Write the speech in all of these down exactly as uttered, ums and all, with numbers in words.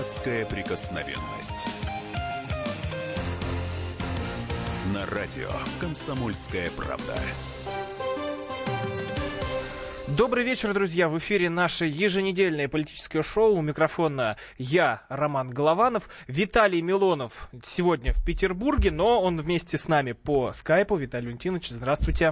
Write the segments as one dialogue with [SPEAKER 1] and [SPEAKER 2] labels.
[SPEAKER 1] Детская прикосновенность. На радио «Комсомольская правда».
[SPEAKER 2] Добрый вечер, друзья. В эфире наше еженедельное политическое шоу. У микрофона я, Роман Голованов. Виталий Милонов сегодня в Петербурге, но он вместе с нами по скайпу. Виталий Валентинович, здравствуйте.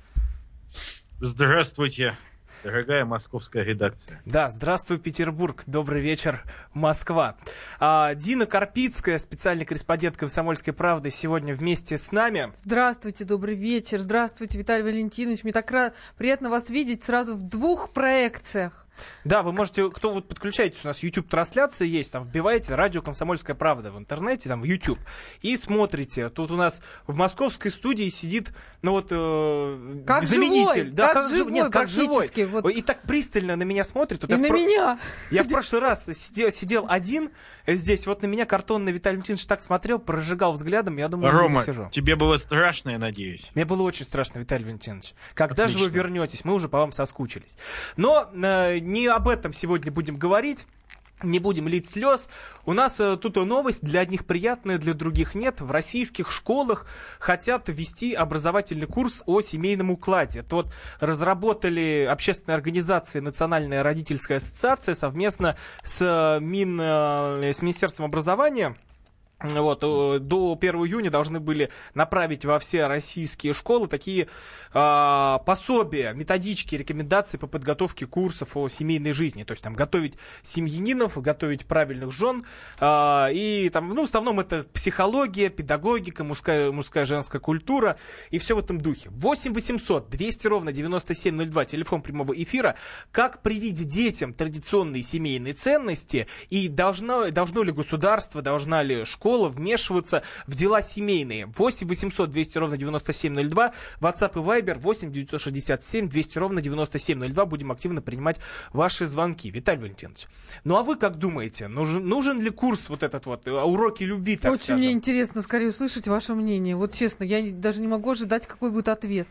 [SPEAKER 3] Здравствуйте, дорогая московская редакция.
[SPEAKER 2] Да, здравствуй, Петербург. Добрый вечер, Москва. А, Дина Карпицкая, специальный корреспондент «Комсомольской правды», сегодня вместе с нами.
[SPEAKER 4] Здравствуйте, добрый вечер. Здравствуйте, Виталий Валентинович. Мне так ра- приятно вас видеть сразу в двух проекциях.
[SPEAKER 2] Да, вы можете, кто вот подключаетесь, у нас YouTube-трансляция есть, там вбиваете «Радио Комсомольская правда» в интернете, там в YouTube, и смотрите. Тут у нас в московской студии сидит, ну вот, э,
[SPEAKER 4] как
[SPEAKER 2] заменитель.
[SPEAKER 4] Живой,
[SPEAKER 2] да,
[SPEAKER 4] как,
[SPEAKER 2] как
[SPEAKER 4] живой,
[SPEAKER 2] нет, как живой.
[SPEAKER 4] Вот.
[SPEAKER 2] И так пристально на меня смотрит. Вот
[SPEAKER 4] и
[SPEAKER 2] я
[SPEAKER 4] на
[SPEAKER 2] в про...
[SPEAKER 4] меня.
[SPEAKER 2] Я в прошлый раз сидел, сидел один здесь, вот на меня картонный Виталий Валентинович так смотрел, прожигал взглядом, я думаю,
[SPEAKER 3] Рома,
[SPEAKER 2] я сижу.
[SPEAKER 3] тебе было страшно, я надеюсь.
[SPEAKER 2] Мне было очень страшно, Виталий Валентинович. Когда
[SPEAKER 3] Отлично.
[SPEAKER 2] же вы вернетесь? Мы уже по вам соскучились. Но э, не об этом сегодня будем говорить. Не будем лить слез. У нас э, тут новость, для одних приятная, для других нет. В российских школах хотят ввести образовательный курс о семейном укладе. Это вот разработали общественная организация «Национальная родительская ассоциация» совместно с, Мин, э, с Министерством образования. Вот, до первого июня должны были направить во все российские школы такие э, пособия, методички, рекомендации по подготовке курсов о семейной жизни. То есть там готовить семьянинов, готовить правильных жен. Э, и там, ну, в основном это психология, педагогика, мужская, мужская женская культура и все в этом духе. восемь восемьсот двести ровно девяносто семь ноль два, телефон прямого эфира. Как привить детям традиционные семейные ценности и должно, должно ли государство, должна ли школа вмешиваться в дела семейные. восемь восемьсот двести ровно девяносто семь ноль два, WhatsApp и Viber восемь девятьсот шестьдесят семь двести ровно девяносто семь ноль два. Будем активно принимать ваши звонки. Виталий Валентинович, ну а вы как думаете, нужен, нужен ли курс вот этот вот, уроки любви, так
[SPEAKER 4] Очень
[SPEAKER 2] скажем?
[SPEAKER 4] мне интересно скорее услышать ваше мнение. Вот честно, я даже не могу ожидать, какой будет ответ.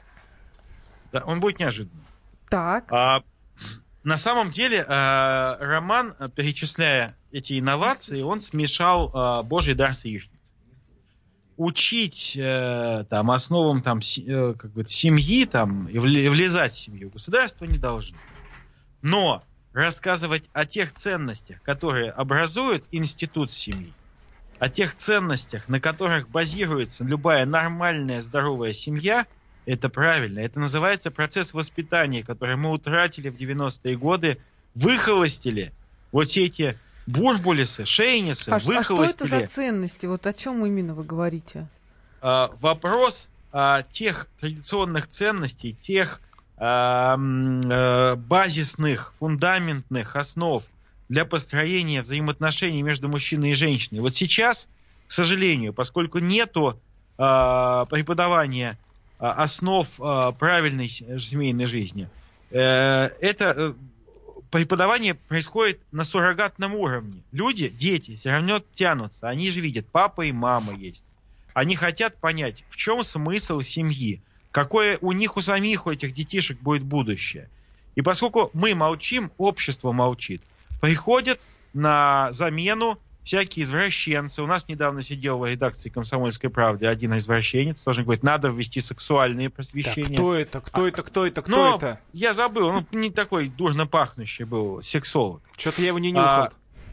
[SPEAKER 3] Да, он будет неожиданным.
[SPEAKER 4] Так.
[SPEAKER 3] А, на самом деле, а, Роман, перечисляя эти инновации, он смешал а, Божий дар с яичницей. Учить а, там, основам там, си, а, как бы, семьи там, и влезать в семью государство не должно. Но рассказывать о тех ценностях, которые образуют институт семьи, о тех ценностях, на которых базируется любая нормальная, здоровая семья, это правильно. Это называется процесс воспитания, который мы утратили в девяностые годы, выхолостили вот все эти бурбулисы, шейницы,
[SPEAKER 4] А,
[SPEAKER 3] выхолостили.
[SPEAKER 4] а что это за ценности? Вот о чем именно вы говорите?
[SPEAKER 3] А, вопрос а, тех традиционных ценностей, тех а, а, базисных, фундаментных основ для построения взаимоотношений между мужчиной и женщиной. Вот сейчас, к сожалению, поскольку нету а, преподавания а, основ а, правильной семейной жизни, а, это преподавание происходит на суррогатном уровне. Люди, дети, все равно тянутся. Они же видят, папа и мама есть. Они хотят понять, в чем смысл семьи, какое у них у самих, у этих детишек будет будущее. И поскольку мы молчим, общество молчит, приходят на замену всякие извращенцы. У нас недавно сидел в редакции «Комсомольской правды» один извращенец, тоже говорит, надо ввести сексуальные просвещения.
[SPEAKER 2] Так, кто это, кто а, это, кто это, кто
[SPEAKER 3] но
[SPEAKER 2] это?
[SPEAKER 3] Я забыл, он не такой дурно пахнущий был сексолог.
[SPEAKER 2] Что-то я его не нюхал.
[SPEAKER 3] А,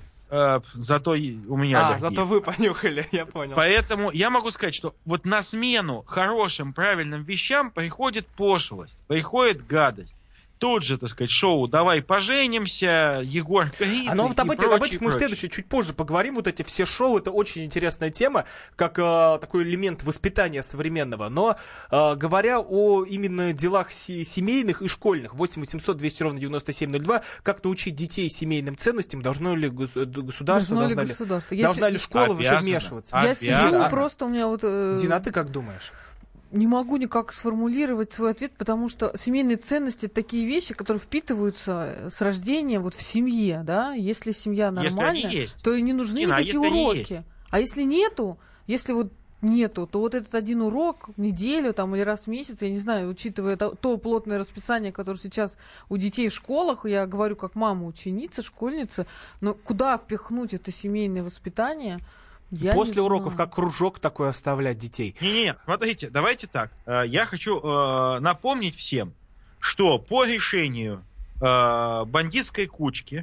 [SPEAKER 3] а, зато у меня
[SPEAKER 2] А,
[SPEAKER 3] аллергия.
[SPEAKER 2] зато вы понюхали, я понял.
[SPEAKER 3] Поэтому я могу сказать, что вот на смену хорошим, правильным вещам приходит пошлость, приходит гадость. Тут же, так сказать, шоу «Давай поженимся», Егор Крид.
[SPEAKER 2] А ну вот об, этих,
[SPEAKER 3] прочее,
[SPEAKER 2] об этих мы в следующем, чуть позже поговорим. Вот эти все шоу, это очень интересная тема, как э, такой элемент воспитания современного. Но э, говоря о именно делах си- семейных и школьных, восемь восемьсот двести ровно девяносто семь ноль два, как научить детей семейным ценностям, должно ли гос- государство,
[SPEAKER 4] должно
[SPEAKER 2] должна
[SPEAKER 4] ли,
[SPEAKER 2] ли,
[SPEAKER 4] государство?
[SPEAKER 2] должна
[SPEAKER 4] Если...
[SPEAKER 2] ли школа
[SPEAKER 3] Обязано.
[SPEAKER 2] вообще вмешиваться?
[SPEAKER 4] Я
[SPEAKER 3] Обязано.
[SPEAKER 4] сижу, просто у меня вот... Э...
[SPEAKER 2] Дина, а ты как думаешь?
[SPEAKER 4] Не могу никак сформулировать свой ответ, потому что семейные ценности — это такие вещи, которые впитываются с рождения вот в семье, да. Если семья нормальная,
[SPEAKER 3] если они есть.
[SPEAKER 4] то и не нужны
[SPEAKER 3] Дина,
[SPEAKER 4] никакие
[SPEAKER 3] а если
[SPEAKER 4] уроки. А если нету, если вот нету, то вот этот один урок в неделю там, или раз в месяц, я не знаю, учитывая то, то плотное расписание, которое сейчас у детей в школах, я говорю как мама ученица, школьница, но куда впихнуть это семейное воспитание? Я
[SPEAKER 2] После уроков как кружок такой оставлять детей.
[SPEAKER 3] Не-не-не, смотрите, давайте так. Я хочу э, напомнить всем, что по решению э, бандитской кучки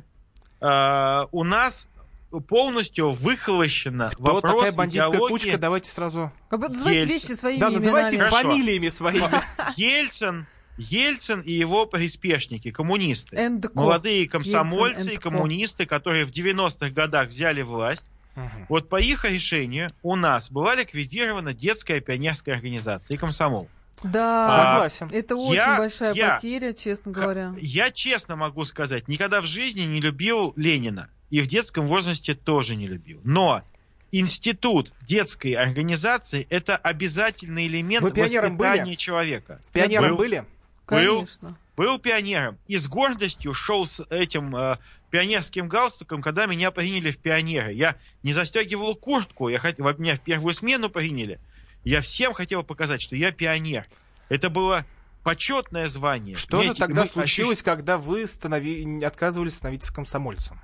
[SPEAKER 3] э, у нас полностью выхолощена
[SPEAKER 2] Кто
[SPEAKER 3] вопрос
[SPEAKER 2] такая бандитская
[SPEAKER 3] идеологии...
[SPEAKER 2] кучка? Давайте сразу...
[SPEAKER 4] Называйте
[SPEAKER 3] Ельцин.
[SPEAKER 4] вещи своими
[SPEAKER 2] Да, называйте
[SPEAKER 4] именами.
[SPEAKER 3] Хорошо.
[SPEAKER 2] фамилиями своими.
[SPEAKER 3] Ельцин, Ельцин и его приспешники, коммунисты.
[SPEAKER 4] Эндко.
[SPEAKER 3] Молодые комсомольцы
[SPEAKER 4] Ельцин
[SPEAKER 3] и
[SPEAKER 4] энд ко.
[SPEAKER 3] коммунисты, которые в девяностых годах взяли власть.
[SPEAKER 2] Мгм.
[SPEAKER 3] Вот по их решению у нас была ликвидирована детская пионерская организация и комсомол.
[SPEAKER 4] Да,
[SPEAKER 2] Согласен.
[SPEAKER 4] это
[SPEAKER 3] Я-
[SPEAKER 4] очень большая
[SPEAKER 3] я-
[SPEAKER 4] потеря, честно говоря.
[SPEAKER 3] Я честно могу сказать, никогда в жизни не любил Ленина. И в детском возрасте тоже не любил. Но институт детской организации – это обязательный элемент
[SPEAKER 2] Вы пионером
[SPEAKER 3] воспитания
[SPEAKER 2] были?
[SPEAKER 3] человека.
[SPEAKER 2] Пионером
[SPEAKER 3] Был.
[SPEAKER 2] были?
[SPEAKER 4] Конечно.
[SPEAKER 3] Был пионером. И с гордостью шел с этим э, пионерским галстуком, когда меня приняли в пионеры. Я не застегивал куртку, я хот... меня в первую смену приняли. Я всем хотел показать, что я пионер. Это было почетное звание.
[SPEAKER 2] Что же
[SPEAKER 3] Понимаете,
[SPEAKER 2] тогда
[SPEAKER 3] мы
[SPEAKER 2] случилось,
[SPEAKER 3] ощущ-
[SPEAKER 2] когда вы станови... отказывались становиться комсомольцем?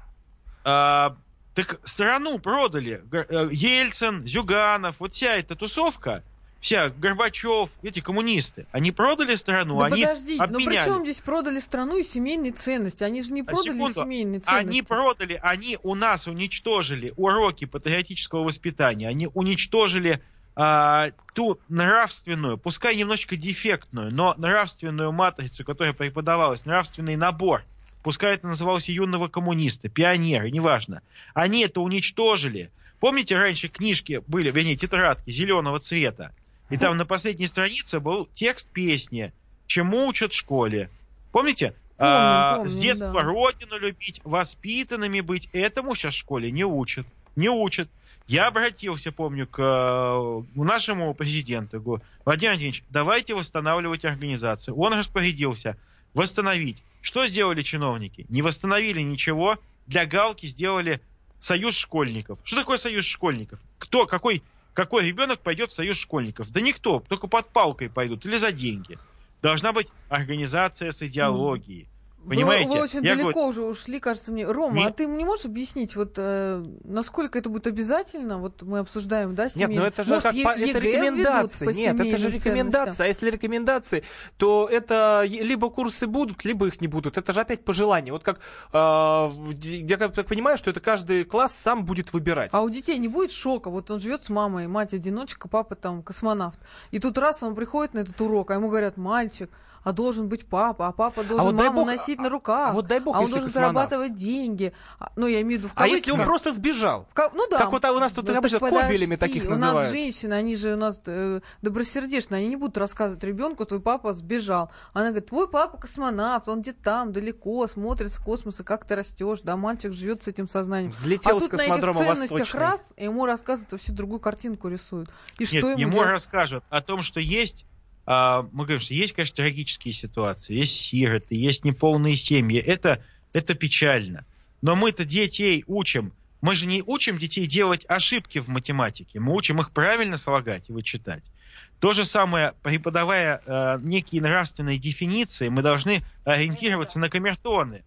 [SPEAKER 3] А, так страну продали. Г- э, Ельцин, Зюганов, вот вся эта тусовка, вся Горбачев, эти коммунисты, они продали страну,
[SPEAKER 4] Да
[SPEAKER 3] они
[SPEAKER 4] подождите, ну при
[SPEAKER 3] обменяли.
[SPEAKER 4] чем здесь продали страну и семейные ценности? Они же не
[SPEAKER 3] А,
[SPEAKER 4] продали
[SPEAKER 3] секунду.
[SPEAKER 4] семейные ценности.
[SPEAKER 3] Они продали, они у нас уничтожили уроки патриотического воспитания, они уничтожили а, ту нравственную, пускай немножечко дефектную, но нравственную матрицу, которая преподавалась, нравственный набор, пускай это называлось и юного коммуниста, пионера, неважно. Они это уничтожили. Помните, раньше книжки были, вернее, тетрадки зеленого цвета, и там на последней странице был текст песни «Чему учат в школе». Помните?
[SPEAKER 4] Помним,
[SPEAKER 3] А,
[SPEAKER 4] помним,
[SPEAKER 3] с детства
[SPEAKER 4] да.
[SPEAKER 3] родину любить, воспитанными быть. Этому сейчас в школе не учат. Не учат. Я обратился, помню, к э, нашему президенту. Говорю: Владимир Владимирович, давайте восстанавливать организацию. Он распорядился восстановить. Что сделали чиновники? Не восстановили ничего. Для галки сделали союз школьников. Что такое союз школьников? Кто, какой, какой ребенок пойдет в союз школьников? Да никто, только под палкой пойдут или за деньги. Должна быть организация с идеологией. Понимаете?
[SPEAKER 4] Вы, вы очень
[SPEAKER 3] Я
[SPEAKER 4] далеко
[SPEAKER 3] говорю,
[SPEAKER 4] уже ушли, кажется мне. Рома,
[SPEAKER 3] Не-
[SPEAKER 4] а ты не можешь объяснить, вот э, насколько это будет обязательно? Вот мы обсуждаем, да,
[SPEAKER 2] Нет,
[SPEAKER 4] семейные...
[SPEAKER 2] ну это же
[SPEAKER 4] Может,
[SPEAKER 2] как
[SPEAKER 4] Е-
[SPEAKER 2] по- это
[SPEAKER 4] ЕГЭ
[SPEAKER 2] рекомендации.
[SPEAKER 4] введут по
[SPEAKER 2] Нет, это же
[SPEAKER 4] семейным
[SPEAKER 2] рекомендации.
[SPEAKER 4] ценностям?
[SPEAKER 2] А если рекомендации, то это е- либо курсы будут, либо их не будут. Это же опять по желанию. Вот как э, в- я как так понимаю, что это каждый класс сам будет выбирать.
[SPEAKER 4] А у детей не будет шока? Вот он живет с мамой, мать одиночка, папа там космонавт. И тут раз он приходит на этот урок, а ему говорят: мальчик, а должен быть папа, а папа должен
[SPEAKER 2] вот дай
[SPEAKER 4] маму
[SPEAKER 2] бог-
[SPEAKER 4] носить на руках,
[SPEAKER 2] а вот дай бог,
[SPEAKER 4] а он
[SPEAKER 2] если
[SPEAKER 4] должен
[SPEAKER 2] космонавт.
[SPEAKER 4] зарабатывать деньги. А, ну, я имею в виду в
[SPEAKER 2] А если он
[SPEAKER 4] кавычках.
[SPEAKER 2] просто сбежал?
[SPEAKER 4] В ка- Ну да.
[SPEAKER 2] Как вот у нас тут
[SPEAKER 4] Ну,
[SPEAKER 2] обычно
[SPEAKER 4] так
[SPEAKER 2] кобелями
[SPEAKER 4] подожди,
[SPEAKER 2] таких
[SPEAKER 4] У нас
[SPEAKER 2] называют.
[SPEAKER 4] женщины, они же у нас э, добросердечные, они не будут рассказывать ребенку: твой папа сбежал. Она говорит: твой папа космонавт, он где-то там, далеко, смотрит с космоса, как ты растешь, да, мальчик живет с этим сознанием.
[SPEAKER 2] Взлетел
[SPEAKER 4] а
[SPEAKER 2] с
[SPEAKER 4] тут на этих
[SPEAKER 2] космодрома
[SPEAKER 4] ценностях
[SPEAKER 2] Восточный.
[SPEAKER 4] раз, и ему рассказывают, вообще другую картинку рисуют. И
[SPEAKER 3] нет,
[SPEAKER 4] что ему,
[SPEAKER 3] ему
[SPEAKER 4] делать?
[SPEAKER 3] расскажут о том, что есть, а, мы говорим, что есть, конечно, трагические ситуации, есть сироты, есть неполные семьи. Это, это печально. Но мы-то детей учим. Мы же не учим детей делать ошибки в математике. Мы учим их правильно слагать и вычитать. То же самое, преподавая э, некие нравственные дефиниции, мы должны ориентироваться на камертоны.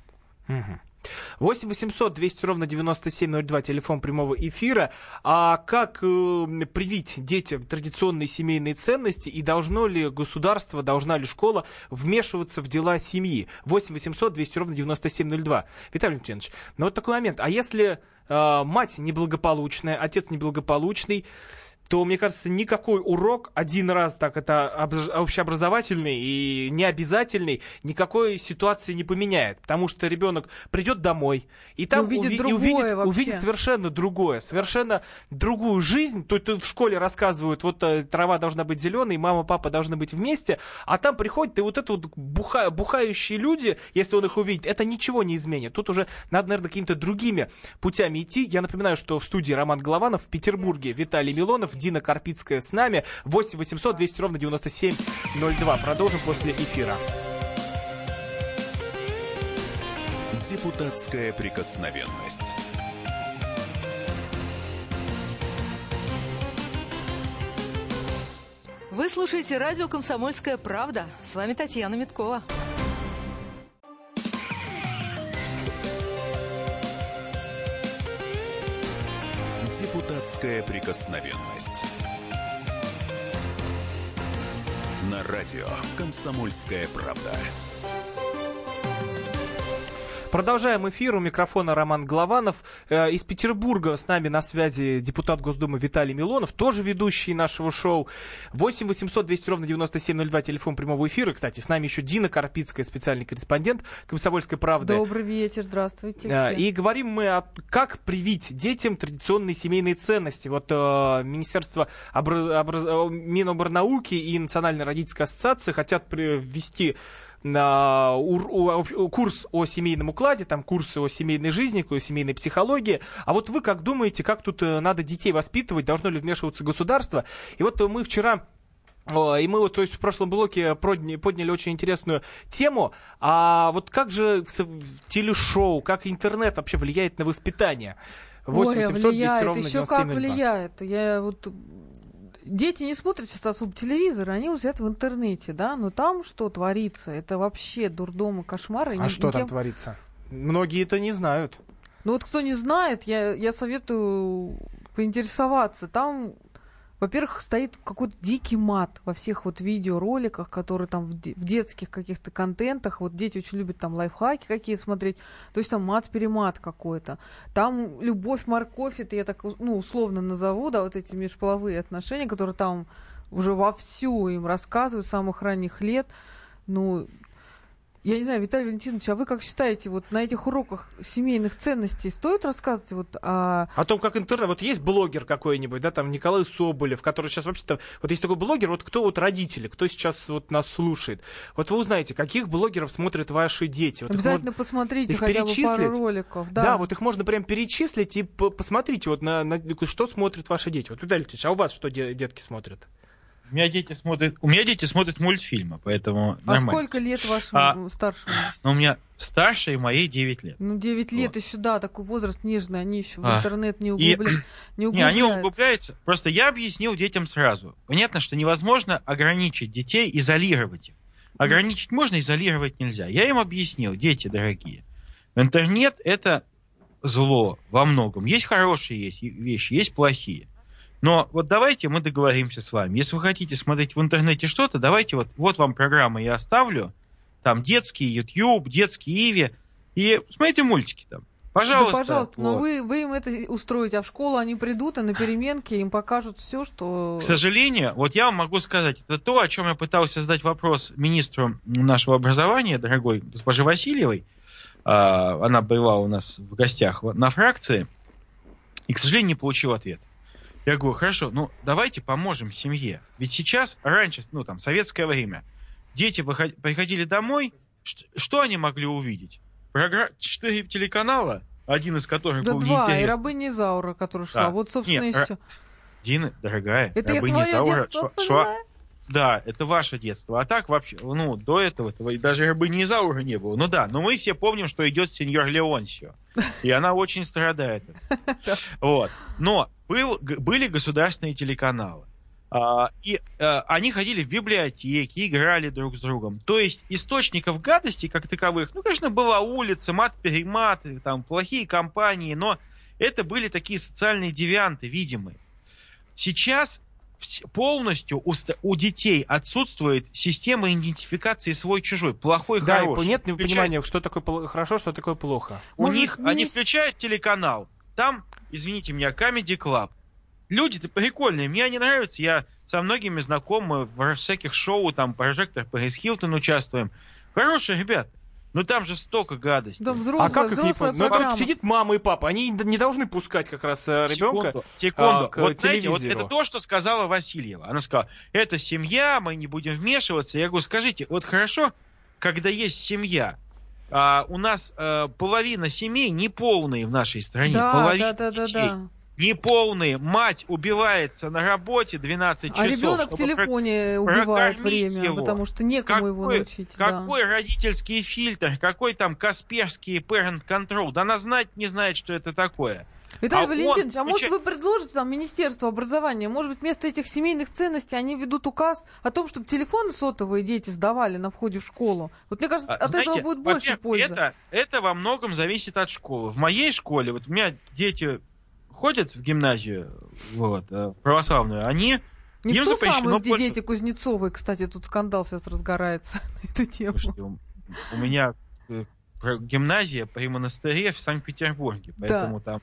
[SPEAKER 2] Мгм. восемь восемьсот двести ровно девяносто семь ноль два, телефон прямого эфира. А как э, привить детям традиционные семейные ценности, и должно ли государство, должна ли школа вмешиваться в дела семьи? восемь восемьсот двести ровно девяносто семь ноль два. Виталий Леонидович, ну вот такой момент. А если э, мать неблагополучная, отец неблагополучный, то, мне кажется, никакой урок один раз так это обз- общеобразовательный и необязательный никакой ситуации не поменяет. Потому что ребенок придет домой и там
[SPEAKER 4] увидит
[SPEAKER 2] уви- и
[SPEAKER 4] другое
[SPEAKER 2] увидит,
[SPEAKER 4] вообще.
[SPEAKER 2] увидит совершенно другое, совершенно другую жизнь. То есть в школе рассказывают: вот э, трава должна быть зеленой, мама, папа должны быть вместе, а там приходят, и вот это вот буха- бухающие люди, если он их увидит, это ничего не изменит. Тут уже надо, наверное, какими-то другими путями идти. Я напоминаю, что в студии Роман Голованов, в Петербурге Виталий Милонов, Дина Карпицкая с нами. восемь восемьсот двести ровно девяносто семь ноль два. Продолжим после эфира.
[SPEAKER 1] Депутатская прикосновенность.
[SPEAKER 5] Вы слушаете радио «Комсомольская правда». С вами Татьяна Миткова.
[SPEAKER 1] Депутатская прикосновенность. На радио «Комсомольская правда».
[SPEAKER 2] Продолжаем эфир. У микрофона Роман Голованов. Э, из Петербурга с нами на связи депутат Госдумы Виталий Милонов, тоже ведущий нашего шоу. восемь восемьсот двести ровно девяносто семь ноль два, телефон прямого эфира. Кстати, с нами еще Дина Карпицкая, специальный корреспондент «Комсомольской правды».
[SPEAKER 4] Добрый вечер, здравствуйте.
[SPEAKER 2] Э, и говорим мы о как привить детям традиционные семейные ценности. Вот э, Министерство обра- образ- Миноборнауки и Национальная родительская ассоциация хотят ввести на курс о семейном укладе, там курсы о семейной жизни, о семейной психологии. А вот вы как думаете, как тут надо детей воспитывать, должно ли вмешиваться государство? И вот мы вчера, и мы вот, то есть в прошлом блоке подняли очень интересную тему, а вот как же телешоу, как интернет вообще влияет на воспитание?
[SPEAKER 4] восемь восемьсот влияет, ровно еще как влияет. Я вот... Дети не смотрят сейчас особо телевизор, они вот сидят в интернете, да, но там что творится, это вообще дурдом и кошмар. И
[SPEAKER 2] а
[SPEAKER 4] ни,
[SPEAKER 2] что
[SPEAKER 4] никем...
[SPEAKER 2] там творится? Многие это не знают.
[SPEAKER 4] Ну вот кто не знает, я, я советую поинтересоваться. Там, во-первых, стоит какой-то дикий мат во всех вот видеороликах, которые там в, де- в детских каких-то контентах. Вот дети очень любят там лайфхаки какие смотреть. То есть там мат-перемат какой-то. Там любовь-морковь, это я так ну, условно назову, да, вот эти межполовые отношения, которые там уже вовсю им рассказывают с самых ранних лет. Ну, я не знаю, Виталий Валентинович, а вы как считаете, вот на этих уроках семейных ценностей стоит рассказывать вот о...
[SPEAKER 2] О том, как интернет... Вот есть блогер какой-нибудь, да, там Николай Соболев, который сейчас вообще-то... Вот есть такой блогер, вот кто вот родители, кто сейчас вот нас слушает. Вот вы узнаете, каких блогеров смотрят ваши дети. Вот
[SPEAKER 4] обязательно можно... посмотрите хотя бы пару роликов. Да.
[SPEAKER 2] да, вот их можно прям перечислить и по- посмотрите, вот на, на что смотрят ваши дети. Вот, Виталий Ильич, а у вас что де- детки смотрят?
[SPEAKER 3] У меня дети смотрят, у меня дети смотрят мультфильмы, поэтому
[SPEAKER 4] а
[SPEAKER 3] нормально.
[SPEAKER 4] сколько лет вашему а, старшему?
[SPEAKER 3] Ну, у меня старшей моей девять лет.
[SPEAKER 4] Ну, девять лет вот. Еще, да, такой возраст нежный, они еще в
[SPEAKER 3] а,
[SPEAKER 4] интернет не, углубля...
[SPEAKER 3] и...
[SPEAKER 4] не углубляются.
[SPEAKER 3] Не, они углубляются. Просто я объяснил детям сразу. Понятно, что невозможно ограничить детей, изолировать их. Ограничить mm. можно, изолировать нельзя. Я им объяснил, дети дорогие, интернет — это зло во многом. Есть хорошие есть вещи, есть плохие. Но вот давайте мы договоримся с вами. Если вы хотите смотреть в интернете что-то, давайте вот, вот вам программы я оставлю. Там детский YouTube, детский Иви. И смотрите мультики там. Пожалуйста.
[SPEAKER 4] Да, пожалуйста,
[SPEAKER 3] вот.
[SPEAKER 4] но вы, вы им это устроите, а в школу они придут, и на переменке им покажут все, что...
[SPEAKER 3] К сожалению, вот я вам могу сказать, это то, о чем я пытался задать вопрос министру нашего образования, дорогой госпоже Васильевой. Она была у нас в гостях на фракции. И, к сожалению, не получил ответ. Я говорю, хорошо, ну давайте поможем семье. Ведь сейчас, раньше, ну там, советское время, дети выход... приходили домой, что, что они могли увидеть? Програ... Четыре телеканала, один из которых
[SPEAKER 4] да
[SPEAKER 3] был
[SPEAKER 4] два,
[SPEAKER 3] неинтересный.
[SPEAKER 4] И «Рабыня Изаура», которая шла.
[SPEAKER 3] Да.
[SPEAKER 4] Вот, собственно,
[SPEAKER 3] Нет,
[SPEAKER 4] и
[SPEAKER 3] р...
[SPEAKER 4] все.
[SPEAKER 3] Дина, дорогая,
[SPEAKER 4] это
[SPEAKER 3] «Рабыня
[SPEAKER 4] я свое
[SPEAKER 3] Изаура»
[SPEAKER 4] детство
[SPEAKER 3] шла... шла... Да, это ваше детство. А так вообще, ну, до этого, этого и даже «Рабыни Изаура» не было. Ну да, но мы все помним, что идет сеньор Леонсио. И она очень страдает. Вот. Но был, были государственные телеканалы. А, и а, они ходили в библиотеки, играли друг с другом. То есть источников гадости, как таковых, ну, конечно, была улица, мат-перемат, там, плохие компании, но это были такие социальные девианты, видимые. Сейчас полностью у, у детей отсутствует система идентификации свой-чужой, плохой,
[SPEAKER 2] да,
[SPEAKER 3] хороший.
[SPEAKER 2] Нет
[SPEAKER 3] включают...
[SPEAKER 2] понимания, что такое хорошо, что такое плохо.
[SPEAKER 3] У
[SPEAKER 4] Может,
[SPEAKER 3] них,
[SPEAKER 4] не...
[SPEAKER 3] они включают телеканал, там, извините меня, Comedy Club. Люди-то прикольные, мне они нравятся, я со многими знаком, мы в всяких шоу, там, прожектор, Пэрис Хилтон участвуем. Хорошие ребята. Но там же столько гадостей.
[SPEAKER 4] Да, взрослая,
[SPEAKER 2] а как их не... Ну, как сидит мама и папа, они не должны пускать как раз ребенка.
[SPEAKER 3] Секунду, секунду.
[SPEAKER 2] А,
[SPEAKER 3] вот знаете, вот это то, что сказала Васильева. Она сказала, это семья, мы не будем вмешиваться. Я говорю, скажите, вот хорошо, когда есть семья, а, у нас а, половина семей неполные в нашей стране.
[SPEAKER 4] Да,
[SPEAKER 3] половина
[SPEAKER 4] да, да,
[SPEAKER 3] детей.
[SPEAKER 4] да, да.
[SPEAKER 3] Неполные. Мать убивается на работе двенадцать часов.
[SPEAKER 4] А ребенок в телефоне убивает время,
[SPEAKER 3] его.
[SPEAKER 4] потому что некому
[SPEAKER 3] какой,
[SPEAKER 4] его научить.
[SPEAKER 3] Какой
[SPEAKER 4] да.
[SPEAKER 3] родительский фильтр, какой там Касперский parent control. Да она знать не знает, что это такое.
[SPEAKER 4] Виталий
[SPEAKER 3] А
[SPEAKER 4] Валентинович,
[SPEAKER 3] он
[SPEAKER 4] а может
[SPEAKER 3] уча-
[SPEAKER 4] вы предложите там Министерству образования, может быть, вместо этих семейных ценностей они ведут указ о том, чтобы телефоны сотовые дети сдавали на входе в школу? Вот мне кажется,
[SPEAKER 3] А,
[SPEAKER 4] от
[SPEAKER 3] знаете,
[SPEAKER 4] этого будет больше
[SPEAKER 3] во-первых,
[SPEAKER 4] пользы.
[SPEAKER 3] Это, это во многом зависит от школы. В моей школе, вот у меня дети ходят в гимназию, вот, э, православную, они...
[SPEAKER 4] Не
[SPEAKER 3] им
[SPEAKER 4] в ту
[SPEAKER 3] запрещено
[SPEAKER 4] самую, где
[SPEAKER 3] пользоваться-
[SPEAKER 4] дети Кузнецовой, кстати, тут скандал сейчас разгорается на эту тему.
[SPEAKER 3] Слушайте, у, у меня э, про- гимназия при монастыре в Санкт-Петербурге, поэтому там...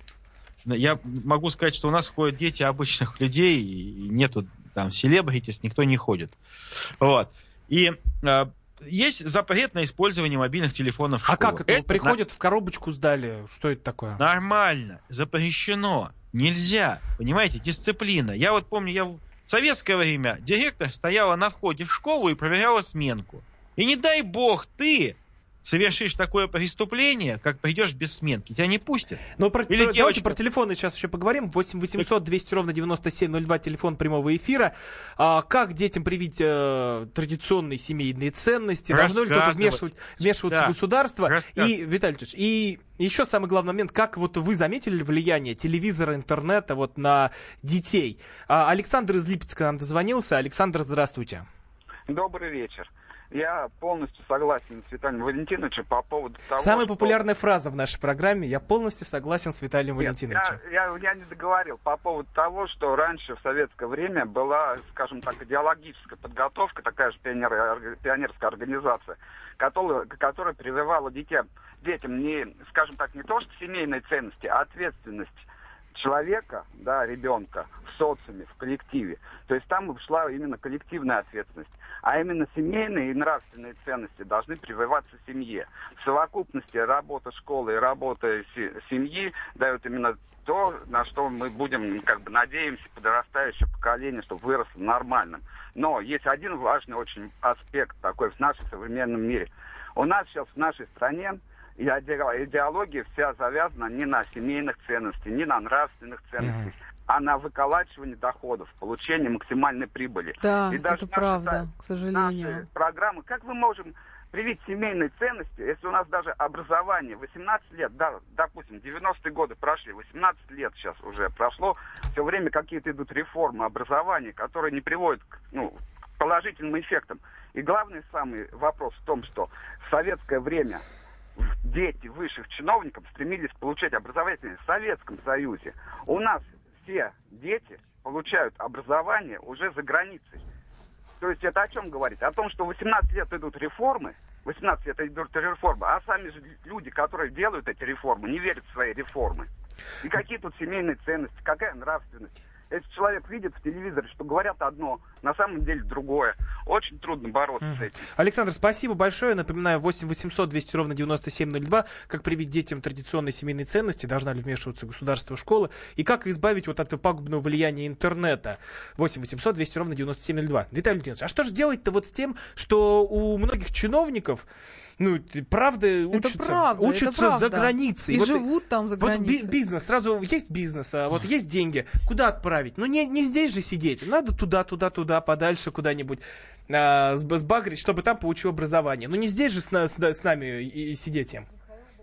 [SPEAKER 3] Я могу сказать, что у нас ходят дети обычных людей, и нету там селебритис, никто не ходит. Вот. И э, есть запрет на использование мобильных телефонов в
[SPEAKER 2] А
[SPEAKER 3] школах.
[SPEAKER 2] как это? Приходят в коробочку, сдали. Что это такое?
[SPEAKER 3] Нормально, запрещено, нельзя, понимаете, дисциплина. Я вот помню, я в советское время директор стояла на входе в школу и проверяла сменку. И не дай бог ты совершишь такое преступление, как придешь без сменки, тебя не пустят.
[SPEAKER 2] Ну, про,
[SPEAKER 3] Или
[SPEAKER 2] про- давайте
[SPEAKER 3] девочка.
[SPEAKER 2] про телефоны сейчас еще поговорим. восемь восемьсот двести ровно девяносто семь ноль два, телефон прямого эфира. А, как детям привить э, традиционные семейные ценности? Должно ли тут
[SPEAKER 3] Рассказывать.
[SPEAKER 2] вмешивать, вмешиваться
[SPEAKER 3] Да.
[SPEAKER 2] государство?
[SPEAKER 3] Рассказывать.
[SPEAKER 2] И, Виталий Ильич, и еще самый главный момент, как вот вы заметили влияние телевизора, интернета вот на детей? А, Александр из Липецка нам дозвонился. Александр, здравствуйте.
[SPEAKER 6] Добрый вечер. Я полностью согласен с Виталием Валентиновичем по поводу того,
[SPEAKER 2] Самая
[SPEAKER 6] что...
[SPEAKER 2] популярная фраза в нашей программе. Я полностью согласен с Виталием
[SPEAKER 6] Нет,
[SPEAKER 2] Валентиновичем.
[SPEAKER 6] Я, я, я не договорил по поводу того, что раньше в советское время была, скажем так, идеологическая подготовка, такая же пионер, пионерская организация, которая, которая прививала детям, детям не, скажем так, не то что семейные ценности, а ответственность человека, да, ребенка в социуме, в коллективе. То есть там шла именно коллективная ответственность. А именно семейные и нравственные ценности должны прививаться семье. В совокупности работа школы и работа се- семьи дают именно то, на что мы будем, как бы, надеемся, подрастающее поколение, чтобы выросло нормальным. Но есть один важный очень аспект такой в нашем современном мире. У нас сейчас в нашей стране и идеология вся завязана не на семейных ценностях, не на нравственных ценностях, mm-hmm. а на выколачивании доходов, получении максимальной прибыли.
[SPEAKER 4] Да,
[SPEAKER 6] и даже
[SPEAKER 4] это
[SPEAKER 6] наши,
[SPEAKER 4] правда, к сожалению.
[SPEAKER 6] Наши программы, как мы можем привить семейные ценности, если у нас даже образование восемнадцать лет, да, допустим, девяностые годы прошли, восемнадцать лет сейчас уже прошло, все время какие-то идут реформы образования, которые не приводят к, ну, к положительным эффектам. И главный самый вопрос в том, что в советское время дети высших чиновников стремились получать образование в Советском Союзе. У нас все дети получают образование уже за границей. То есть это о чем говорит? О том, что восемнадцать лет идут реформы, восемнадцать лет идут реформы, а сами же люди, которые делают эти реформы, не верят в свои реформы. И какие тут семейные ценности, какая нравственность? Если человек видит в телевизоре, что говорят одно, на самом деле другое. Очень трудно бороться mm-hmm. с этим.
[SPEAKER 2] Александр, спасибо большое. Напоминаю, восемь восемьсот двести ровно девяносто семь ноль два. Как привить детям традиционные семейные ценности? Должна ли вмешиваться государство, школа? И как избавить вот от пагубного влияния интернета? восемь восемьсот двести ровно девяносто семь ноль два. Виталий Леонидович, а что же делать-то вот с тем, что у многих чиновников, ну, правда, учатся,
[SPEAKER 4] правда,
[SPEAKER 2] учатся за границей.
[SPEAKER 4] И
[SPEAKER 2] вот,
[SPEAKER 4] живут там за границей.
[SPEAKER 2] Вот бизнес, сразу есть бизнес, а вот есть деньги. Куда отправить? Ну, не, не здесь же сидеть. Надо туда, туда, туда, подальше куда-нибудь а, сбагрить, чтобы там получил образование. Ну, не здесь же с, с, с нами и, и сидеть им.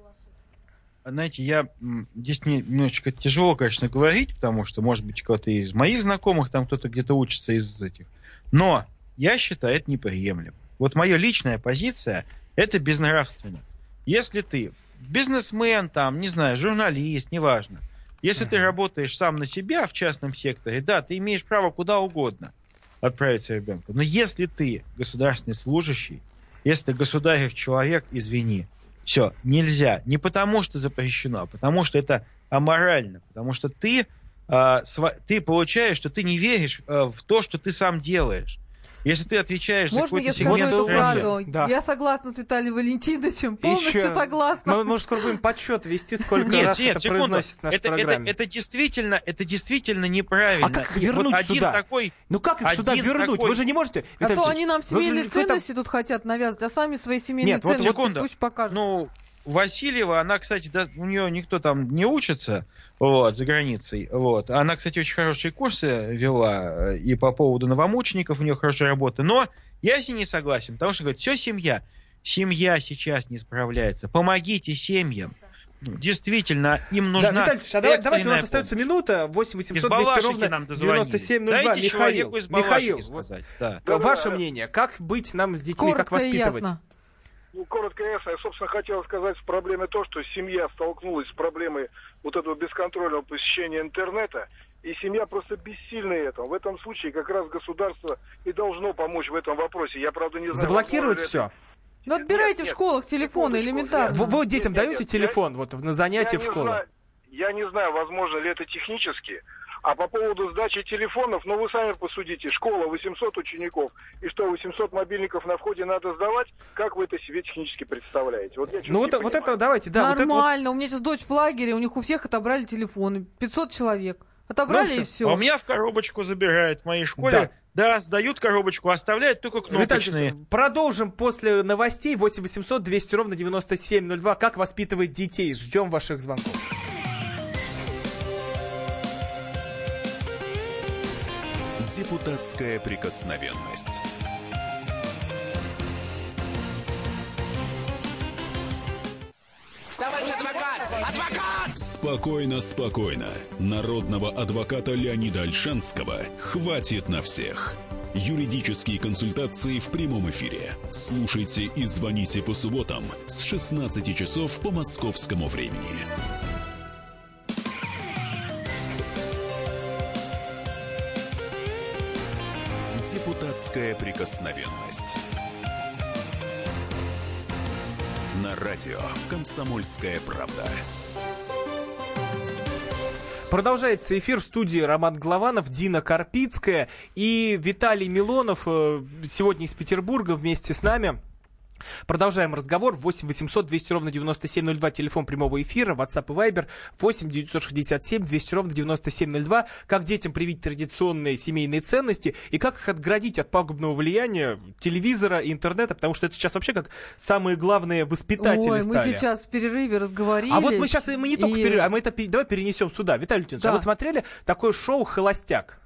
[SPEAKER 3] Знаете, я здесь мне немножечко тяжело, конечно, говорить, потому что, может быть, кто-то из моих знакомых там кто-то где-то учится из этих. Но я считаю это неприемлемо. Вот моя личная позиция — это безнравственно. Если ты бизнесмен, там, не знаю, журналист, неважно. Если uh-huh. ты работаешь сам на себя в частном секторе, да, ты имеешь право куда угодно отправить ребенка. Но если ты государственный служащий, если ты государев человек, извини, все, нельзя. Не потому, что запрещено, а потому, что это аморально. Потому что ты, э, сва- ты получаешь, что ты не веришь э, в то, что ты сам делаешь. Если ты отвечаешь
[SPEAKER 4] Можно
[SPEAKER 3] за какой-то
[SPEAKER 4] я скажу
[SPEAKER 3] сегмент...
[SPEAKER 4] эту фразу?
[SPEAKER 2] Да.
[SPEAKER 4] Я согласна с Виталием Валентиновичем, полностью
[SPEAKER 2] Еще...
[SPEAKER 4] согласна.
[SPEAKER 2] Мы, может, скоро будем подсчет вести, сколько
[SPEAKER 3] нет,
[SPEAKER 2] раз
[SPEAKER 3] нет,
[SPEAKER 2] это
[SPEAKER 3] секунду.
[SPEAKER 2] произносится в нашей
[SPEAKER 3] это,
[SPEAKER 2] программе.
[SPEAKER 3] Это, это, действительно, это действительно неправильно.
[SPEAKER 2] А как их
[SPEAKER 3] И
[SPEAKER 2] вернуть
[SPEAKER 3] вот один
[SPEAKER 2] сюда?
[SPEAKER 3] Такой,
[SPEAKER 2] ну как их сюда вернуть?
[SPEAKER 3] Такой...
[SPEAKER 2] Вы же не можете...
[SPEAKER 4] А
[SPEAKER 2] Виталий
[SPEAKER 4] то
[SPEAKER 2] Алексеевич,
[SPEAKER 4] они нам семейные
[SPEAKER 2] вы,
[SPEAKER 4] ценности
[SPEAKER 2] вы там...
[SPEAKER 4] тут хотят навязать, а сами свои семейные
[SPEAKER 2] Нет, вот
[SPEAKER 4] ценности
[SPEAKER 3] секунду.
[SPEAKER 4] пусть покажут.
[SPEAKER 3] Ну, Васильева, она, кстати, да, у нее никто там не учится, вот, за границей, вот. Она, кстати, очень хорошие курсы вела и по поводу новомучеников, у нее хорошая работа, но я с ней не согласен, потому что, говорит, все семья, семья сейчас не справляется, помогите семьям, действительно, им нужна
[SPEAKER 2] Да, Виталий Ильич, а давайте, давайте, у нас
[SPEAKER 3] экстренная
[SPEAKER 2] остается
[SPEAKER 3] помощь.
[SPEAKER 2] минута. восемь восемьсот
[SPEAKER 3] Из
[SPEAKER 2] двести
[SPEAKER 3] Балашихи
[SPEAKER 2] ровно
[SPEAKER 3] нам дозвонились.
[SPEAKER 2] девяносто семь ноль два.
[SPEAKER 3] Дайте
[SPEAKER 2] Михаил,
[SPEAKER 3] человеку из Балашихи
[SPEAKER 2] Михаил,
[SPEAKER 3] сказать. Да.
[SPEAKER 2] ваше мнение, как быть нам с детьми,
[SPEAKER 4] Коротко
[SPEAKER 2] как воспитывать?
[SPEAKER 4] И ясно.
[SPEAKER 7] Ну, коротко и ясно. Я, собственно, хотел сказать в проблеме то, что семья столкнулась с проблемой вот этого бесконтрольного посещения интернета, и семья просто бессильна этому. В этом случае как раз государство и должно помочь в этом вопросе. Я, правда, не знаю...
[SPEAKER 2] Заблокировать
[SPEAKER 7] возможно ли это-
[SPEAKER 2] все?
[SPEAKER 4] Ну, отбирайте
[SPEAKER 7] Нет,
[SPEAKER 4] в
[SPEAKER 7] нет.
[SPEAKER 4] школах телефоны
[SPEAKER 7] Секундочку,
[SPEAKER 4] элементарно.
[SPEAKER 2] Вы, вы детям
[SPEAKER 7] Нет, нет,
[SPEAKER 2] даете
[SPEAKER 7] нет,
[SPEAKER 2] телефон вот на занятия
[SPEAKER 7] Я
[SPEAKER 2] в
[SPEAKER 7] не
[SPEAKER 2] школу?
[SPEAKER 7] знаю- Я не знаю, возможно ли это технически. А по поводу сдачи телефонов, ну вы сами посудите, школа восемьсот учеников, и что, восемьсот мобильников на входе надо сдавать? Как вы это себе технически представляете? Вот, я
[SPEAKER 2] Ну вот,
[SPEAKER 7] чё-то не
[SPEAKER 2] вот
[SPEAKER 7] понимаю.
[SPEAKER 2] это давайте, да. Вот это вот-
[SPEAKER 4] Нормально. У меня сейчас дочь в лагере, у них у всех отобрали телефоны. пятьсот человек. Отобрали
[SPEAKER 2] Ну,
[SPEAKER 4] и
[SPEAKER 2] всё.
[SPEAKER 4] все.
[SPEAKER 3] А у меня в коробочку забирают в моей школе. Да, сдают коробочку, оставляют только
[SPEAKER 2] Виталий
[SPEAKER 3] кнопочные.
[SPEAKER 2] Ильич, продолжим после новостей. восемь восемьсот двести ровно девяносто семь ноль два. Как воспитывать детей? Ждем ваших звонков.
[SPEAKER 1] Депутатская прикосновенность. Спокойно, спокойно. Народного адвоката Леонида Ольшанского хватит на всех. Юридические консультации в прямом эфире. Слушайте и звоните по субботам с шестнадцати часов по московскому времени. Депутатская прикосновенность. На радио «Комсомольская правда».
[SPEAKER 2] Продолжается эфир в студии Роман Голованов, Дина Карпицкая и Виталий Милонов э, сегодня из Петербурга вместе с нами. Продолжаем разговор. восемь восемьсот двести ровно девяносто семь ноль два, телефон прямого эфира, WhatsApp и Viber восемь девятьсот шестьдесят семь двести ровно девяносто семь ноль два. Как детям привить традиционные семейные ценности и как их отградить от пагубного влияния телевизора и интернета, потому что это сейчас вообще как самые главные воспитатели
[SPEAKER 4] Ой,
[SPEAKER 2] стали.
[SPEAKER 4] мы сейчас в перерыве разговорились.
[SPEAKER 2] А вот мы сейчас, мы не только
[SPEAKER 4] и...
[SPEAKER 2] в перерыве, а мы это пе- давай перенесем сюда. Виталий Леонидович,
[SPEAKER 4] Да.
[SPEAKER 2] а вы смотрели такое шоу «Холостяк»?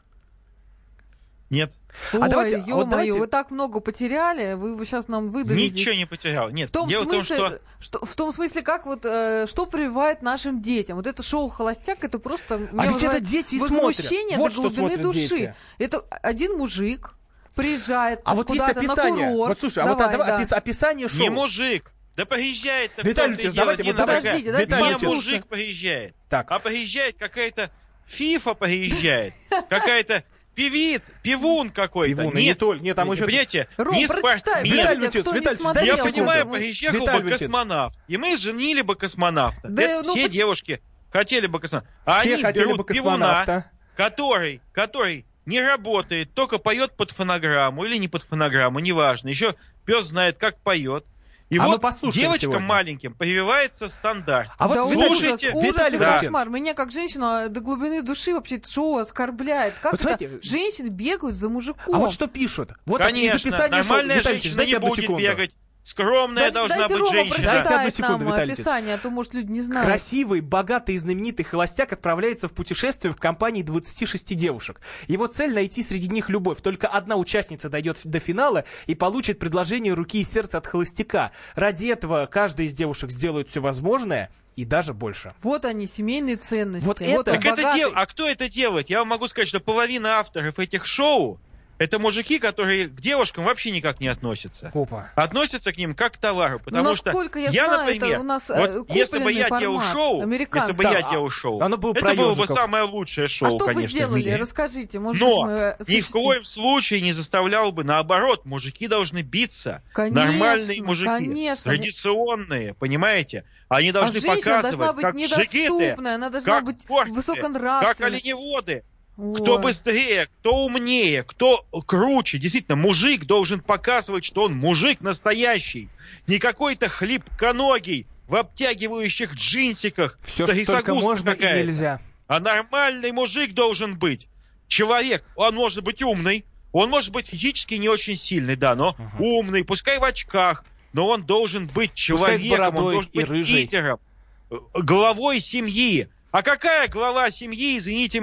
[SPEAKER 3] Нет,
[SPEAKER 4] Ой,
[SPEAKER 2] А давайте- а вот
[SPEAKER 4] ё-моё,
[SPEAKER 2] давайте-
[SPEAKER 4] вы так много потеряли, вы бы сейчас нам выдали.
[SPEAKER 3] ничего не потерял. Нет,
[SPEAKER 4] В том,
[SPEAKER 3] дело
[SPEAKER 4] смысле,
[SPEAKER 3] в том, что...
[SPEAKER 4] что... в том смысле, как вот, э, что прививает нашим детям. Вот это шоу «Холостяк», это просто...
[SPEAKER 2] А
[SPEAKER 4] меня
[SPEAKER 2] ведь это
[SPEAKER 4] вызывает
[SPEAKER 2] дети и
[SPEAKER 4] возмущение
[SPEAKER 2] смотрят. Вот
[SPEAKER 4] до
[SPEAKER 2] что
[SPEAKER 4] глубины
[SPEAKER 2] смотрят
[SPEAKER 4] души.
[SPEAKER 2] дети.
[SPEAKER 4] Это один мужик приезжает
[SPEAKER 2] А вот есть
[SPEAKER 4] куда-то на
[SPEAKER 2] описание.
[SPEAKER 4] курорт.
[SPEAKER 2] Вот слушай, а
[SPEAKER 4] Давай,
[SPEAKER 2] вот давай,
[SPEAKER 4] да.
[SPEAKER 2] опис- описание шоу.
[SPEAKER 3] Не мужик. Да приезжает-то в
[SPEAKER 2] Виталий
[SPEAKER 3] том-то и
[SPEAKER 2] Ильич,
[SPEAKER 3] дело,
[SPEAKER 2] давайте,
[SPEAKER 3] Дина,
[SPEAKER 2] вот давайте.
[SPEAKER 3] дорогая.
[SPEAKER 4] Подождите, дайте
[SPEAKER 2] Виталий
[SPEAKER 3] Не
[SPEAKER 2] Ильич.
[SPEAKER 4] послушаем.
[SPEAKER 3] мужик приезжает,
[SPEAKER 2] Так.
[SPEAKER 3] а приезжает какая-то фифа приезжает, какая-то певиц, пивун какой-то.
[SPEAKER 2] Пивун, и
[SPEAKER 3] Нет,
[SPEAKER 2] не только, нет, там еще...
[SPEAKER 3] понимаете,
[SPEAKER 4] Ром,
[SPEAKER 3] не
[SPEAKER 4] прочитай,
[SPEAKER 3] спортсмен.
[SPEAKER 2] Виталий
[SPEAKER 4] Виталий,
[SPEAKER 2] Лютец,
[SPEAKER 4] кто не
[SPEAKER 2] Виталий Лютец,
[SPEAKER 3] Да
[SPEAKER 4] смотрел,
[SPEAKER 3] я
[SPEAKER 2] секунду.
[SPEAKER 3] понимаю,
[SPEAKER 4] мы-
[SPEAKER 3] приезжал
[SPEAKER 2] Виталий
[SPEAKER 3] бы
[SPEAKER 2] Лютец.
[SPEAKER 3] космонавт, и мы женили бы космонавта.
[SPEAKER 4] Да,
[SPEAKER 3] Это
[SPEAKER 4] ну,
[SPEAKER 3] все
[SPEAKER 4] поч-
[SPEAKER 3] девушки хотели бы космонавта. А
[SPEAKER 2] Все
[SPEAKER 3] они
[SPEAKER 2] хотели
[SPEAKER 3] берут
[SPEAKER 2] бы
[SPEAKER 3] пивуна,
[SPEAKER 2] космонавта.
[SPEAKER 3] который, который не работает, только поет под фонограмму или не под фонограмму, неважно. Еще пес знает, как поет. И
[SPEAKER 2] А мы
[SPEAKER 3] вот
[SPEAKER 2] послушаем
[SPEAKER 3] девочкам
[SPEAKER 2] сегодня.
[SPEAKER 3] маленьким прививается стандарт.
[SPEAKER 2] А вот
[SPEAKER 4] Да
[SPEAKER 2] Виталий
[SPEAKER 4] ужас,
[SPEAKER 3] слушайте,
[SPEAKER 4] ужас
[SPEAKER 2] Виталий
[SPEAKER 4] и
[SPEAKER 3] Лютец.
[SPEAKER 4] кошмар. Меня как женщину до глубины души вообще это шоу оскорбляет. Как
[SPEAKER 2] Вот
[SPEAKER 4] это
[SPEAKER 2] знаете,
[SPEAKER 4] женщины бегают за мужиком?
[SPEAKER 2] А вот что пишут? Вот
[SPEAKER 3] Конечно,
[SPEAKER 2] из описания
[SPEAKER 3] нормальная
[SPEAKER 2] шоу. Виталий Ильич,
[SPEAKER 3] женщина
[SPEAKER 2] дайте
[SPEAKER 3] не
[SPEAKER 2] одну
[SPEAKER 3] будет
[SPEAKER 2] секунду.
[SPEAKER 3] бегать. Скромная
[SPEAKER 4] Дайте-
[SPEAKER 3] должна
[SPEAKER 4] дайте
[SPEAKER 3] быть
[SPEAKER 4] Рома
[SPEAKER 3] женщина.
[SPEAKER 2] Дайте одну
[SPEAKER 4] прочитает
[SPEAKER 2] секунду,
[SPEAKER 4] нам
[SPEAKER 2] Виталий Ильич.
[SPEAKER 4] описание, а то, может, люди не знают.
[SPEAKER 2] Красивый, богатый и знаменитый холостяк отправляется в путешествие в компании двадцати шести девушек. Его цель — найти среди них любовь. Только одна участница дойдет до финала и получит предложение руки и сердца от холостяка. Ради этого каждая из девушек сделает все возможное и даже больше.
[SPEAKER 4] Вот они, семейные ценности.
[SPEAKER 2] Вот
[SPEAKER 4] он
[SPEAKER 2] это-
[SPEAKER 3] Так это
[SPEAKER 4] богатый.
[SPEAKER 3] дел... А кто это делает? Я вам могу сказать, что половина авторов этих шоу это мужики, которые к девушкам вообще никак не относятся.
[SPEAKER 2] Опа.
[SPEAKER 3] Относятся к ним как к товару. Потому
[SPEAKER 4] Ну,
[SPEAKER 3] что
[SPEAKER 4] насколько я
[SPEAKER 3] я,
[SPEAKER 4] знаю,
[SPEAKER 3] например,
[SPEAKER 4] это у нас, э,
[SPEAKER 3] вот если бы я
[SPEAKER 4] купленный
[SPEAKER 3] делал
[SPEAKER 4] формат,
[SPEAKER 3] шоу, если
[SPEAKER 4] американский.
[SPEAKER 3] бы я
[SPEAKER 2] Да,
[SPEAKER 3] делал шоу,
[SPEAKER 2] оно было про
[SPEAKER 3] это было бы
[SPEAKER 2] ежиков.
[SPEAKER 3] самое лучшее шоу,
[SPEAKER 4] А что
[SPEAKER 3] конечно,
[SPEAKER 4] вы
[SPEAKER 3] в
[SPEAKER 4] сделали?
[SPEAKER 3] мире.
[SPEAKER 4] Расскажите, может
[SPEAKER 3] Но
[SPEAKER 4] быть, мы
[SPEAKER 3] ни в
[SPEAKER 4] осуществим.
[SPEAKER 3] коем случае не заставлял бы, наоборот, мужики должны биться.
[SPEAKER 4] Конечно,
[SPEAKER 3] Нормальные мужики,
[SPEAKER 4] конечно.
[SPEAKER 3] традиционные, понимаете? Они
[SPEAKER 4] А
[SPEAKER 3] должны
[SPEAKER 4] женщина должна
[SPEAKER 3] показывать,
[SPEAKER 4] быть
[SPEAKER 3] как джигиты,
[SPEAKER 4] недоступная, она должна
[SPEAKER 3] как
[SPEAKER 4] быть
[SPEAKER 3] порты,
[SPEAKER 4] высоконравственной.
[SPEAKER 3] как оленеводы.
[SPEAKER 4] Ой.
[SPEAKER 3] Кто быстрее, кто умнее, кто круче. Действительно, мужик должен показывать, что он мужик настоящий. Не какой-то хлипконогий в обтягивающих джинсиках.
[SPEAKER 2] Все,
[SPEAKER 3] да
[SPEAKER 2] что только
[SPEAKER 3] рисогузка
[SPEAKER 2] можно и
[SPEAKER 3] какая-то.
[SPEAKER 2] нельзя.
[SPEAKER 3] А нормальный мужик должен быть. Человек, он может быть умный, он может быть физически не очень сильный, да, но
[SPEAKER 2] Ага.
[SPEAKER 3] умный, пускай в очках, но он должен быть человеком,
[SPEAKER 2] бородой
[SPEAKER 3] он должен
[SPEAKER 2] и
[SPEAKER 3] быть
[SPEAKER 2] рыжий.
[SPEAKER 3] лидером, э, главой семьи. А какая глава семьи, извините меня,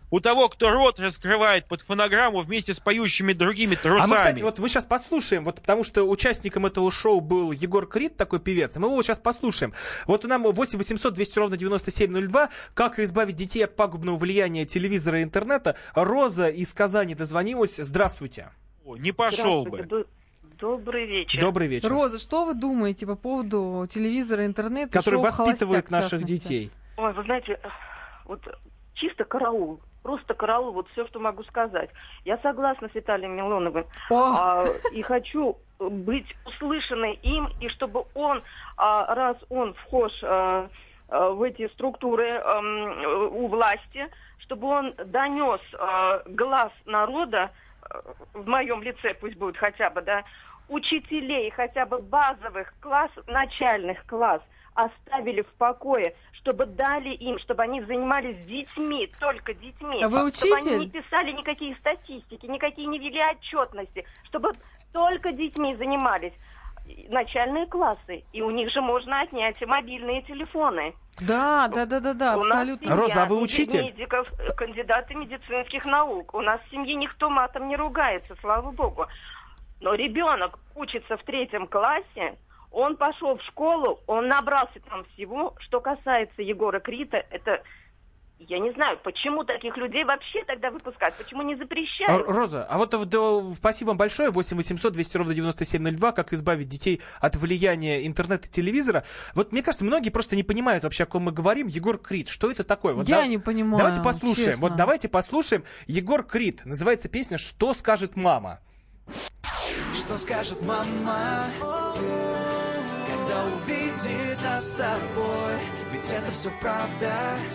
[SPEAKER 3] у того, кто рот раскрывает под фонограмму вместе с поющими другими трусами.
[SPEAKER 2] А мы, кстати, вот вы сейчас послушаем, вот потому что участником этого шоу был Егор Крид, такой певец, и мы его сейчас послушаем. Вот у нас восемь восемьсот двести ровно девяносто семь ноль два. Как избавить детей от пагубного влияния телевизора и интернета? Роза из Казани дозвонилась. Здравствуйте.
[SPEAKER 3] О, не пошел бы.
[SPEAKER 8] Добрый вечер.
[SPEAKER 2] Добрый вечер.
[SPEAKER 4] Роза, что вы думаете по поводу телевизора, интернета,
[SPEAKER 2] который
[SPEAKER 4] шоу
[SPEAKER 2] воспитывает
[SPEAKER 4] «Холостяк»,
[SPEAKER 2] наших детей?
[SPEAKER 8] Ой, вы знаете, вот чисто караул. Просто караул, вот все, что могу сказать. Я согласна с Виталием Милоновым. А, и хочу быть услышанной им, и чтобы он, а, раз он вхож а, а, в эти структуры а, у власти, чтобы он донес а, глаз народа, а, в моем лице пусть будет хотя бы, да, учителей хотя бы базовых классов, начальных классов, оставили в покое, чтобы дали им, чтобы они занимались детьми, только детьми.
[SPEAKER 4] А вы учитель?
[SPEAKER 8] Чтобы они не писали никакие статистики, никакие не вели отчетности, чтобы только детьми занимались. Начальные классы, и у них же можно отнять и мобильные телефоны.
[SPEAKER 4] Да, да, да, да, да, абсолютно.
[SPEAKER 2] Роза, а вы учитель?
[SPEAKER 8] Медиков, кандидаты медицинских наук. У нас в семье никто матом не ругается, слава богу. Но ребенок учится в третьем классе, он пошел в школу, он набрался там всего. Что касается Егора Крида, это, я не знаю, почему таких людей вообще тогда выпускают, почему не запрещают?
[SPEAKER 2] Роза, а вот да, спасибо вам большое. восемь восемьсот двести ровно девяносто семь ноль два. Как избавить детей от влияния интернета и телевизора? Вот мне кажется, многие просто не понимают вообще, о ком мы говорим. Егор Крид, что это такое? Вот
[SPEAKER 4] я
[SPEAKER 2] да,
[SPEAKER 4] не понимаю.
[SPEAKER 2] Давайте послушаем.
[SPEAKER 4] Честно.
[SPEAKER 2] Вот давайте послушаем. Егор Крид. Называется песня «Что скажет мама».
[SPEAKER 9] Что скажет мама, когда увидит нас с тобой? Ведь это все правда.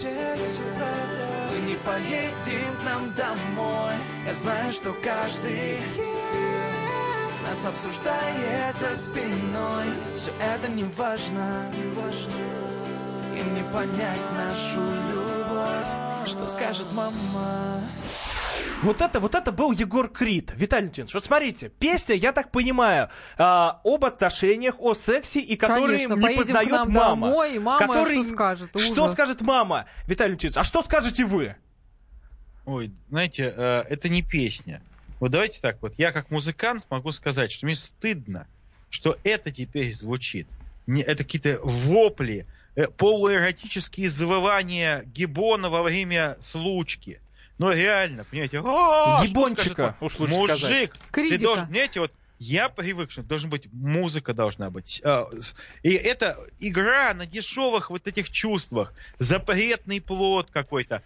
[SPEAKER 9] Мы не поедем к нам домой. Я знаю, что каждый нас обсуждает за спиной. Все это не важно, им не понять нашу любовь. Что скажет мама?
[SPEAKER 2] Вот это, вот это был Егор Крид. Виталий Леонидович, вот смотрите, песня, я так понимаю, э, об отношениях, о сексе, и который
[SPEAKER 4] Конечно,
[SPEAKER 2] не познает
[SPEAKER 4] к нам
[SPEAKER 2] мама.
[SPEAKER 4] Домой, и мама
[SPEAKER 2] который...
[SPEAKER 4] что скажет?
[SPEAKER 2] Что
[SPEAKER 4] Ужас.
[SPEAKER 2] скажет мама? Виталий Леонидович, а что скажете вы?
[SPEAKER 3] Ой, знаете, э, это не песня. Вот давайте так вот, я как музыкант могу сказать, что мне стыдно, что это теперь звучит. Не, это какие-то вопли, э, полуэротические завывания Гиббона во время случки. Ну реально, понимаете,
[SPEAKER 2] Гиббончика, уж лучше
[SPEAKER 3] мужик,
[SPEAKER 2] сказать.
[SPEAKER 3] ты должен, знаете, вот я привык, что должна быть музыка должна быть. И это игра на дешевых вот этих чувствах, запретный плод какой-то.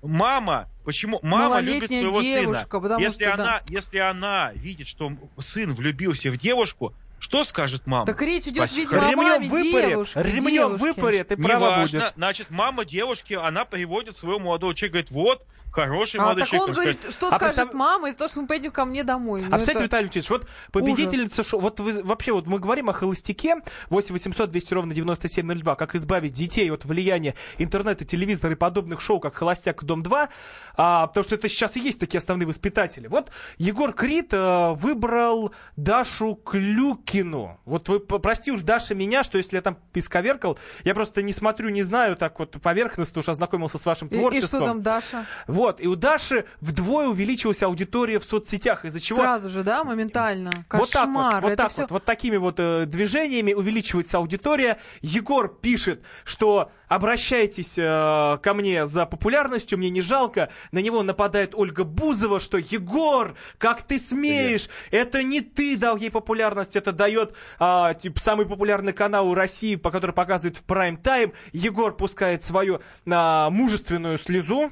[SPEAKER 3] Мама, почему мама любит своего
[SPEAKER 4] девушка,
[SPEAKER 3] сына? Если
[SPEAKER 4] что,
[SPEAKER 3] она,
[SPEAKER 4] да.
[SPEAKER 3] если она видит, что сын влюбился в девушку, что скажет мама?
[SPEAKER 4] Так речь идет,
[SPEAKER 3] Спасибо.
[SPEAKER 4] видимо, о
[SPEAKER 2] Ремнем
[SPEAKER 4] маме
[SPEAKER 2] выпарит,
[SPEAKER 4] девушки.
[SPEAKER 2] ремнем
[SPEAKER 4] девушки.
[SPEAKER 2] выпарит, и
[SPEAKER 3] Не
[SPEAKER 2] право
[SPEAKER 3] важно.
[SPEAKER 2] будет.
[SPEAKER 3] Значит, мама девушки, она приводит своего молодого человека, говорит, вот, хороший
[SPEAKER 4] А
[SPEAKER 3] молодой
[SPEAKER 4] так
[SPEAKER 3] человек.
[SPEAKER 4] он говорит,
[SPEAKER 3] сказать,
[SPEAKER 4] что
[SPEAKER 2] а
[SPEAKER 4] скажет
[SPEAKER 2] представь...
[SPEAKER 4] мама из-за того, что мы пойдем ко мне домой.
[SPEAKER 2] А
[SPEAKER 4] Ну,
[SPEAKER 2] представьте,
[SPEAKER 4] это...
[SPEAKER 2] Виталий Леонидович, вот победительница шоу, вот вы, вообще вот мы говорим о холостяке, восемь восемьсот двести ровно девяносто семь ноль два, как избавить детей от влияния интернета, телевизора и подобных шоу, как «Холостяк» и «Дом-два», а, потому что это сейчас и есть такие основные воспитатели. Вот Егор Крид а, выбрал Дашу Клюкину. Вот вы, прости уж, Даша, меня, что если я там исковеркал, я просто не смотрю, не знаю, так вот поверхностно уж ознакомился с вашим творчеством.
[SPEAKER 4] И, и что там Даша?
[SPEAKER 2] Вот, и у Даши вдвое увеличилась аудитория в соцсетях, из-за чего...
[SPEAKER 4] Сразу же, да, моментально. Кошмар.
[SPEAKER 2] Вот так вот, вот,
[SPEAKER 4] это
[SPEAKER 2] так
[SPEAKER 4] всё...
[SPEAKER 2] вот, вот такими вот э, движениями увеличивается аудитория. Егор пишет, что обращайтесь э, ко мне за популярностью, мне не жалко. На него нападает Ольга Бузова, что Егор, как ты смеешь? Это не ты дал ей популярность, это дает э, типа, самый популярный канал у России, по который показывает в прайм-тайм. Егор пускает свою э, мужественную слезу.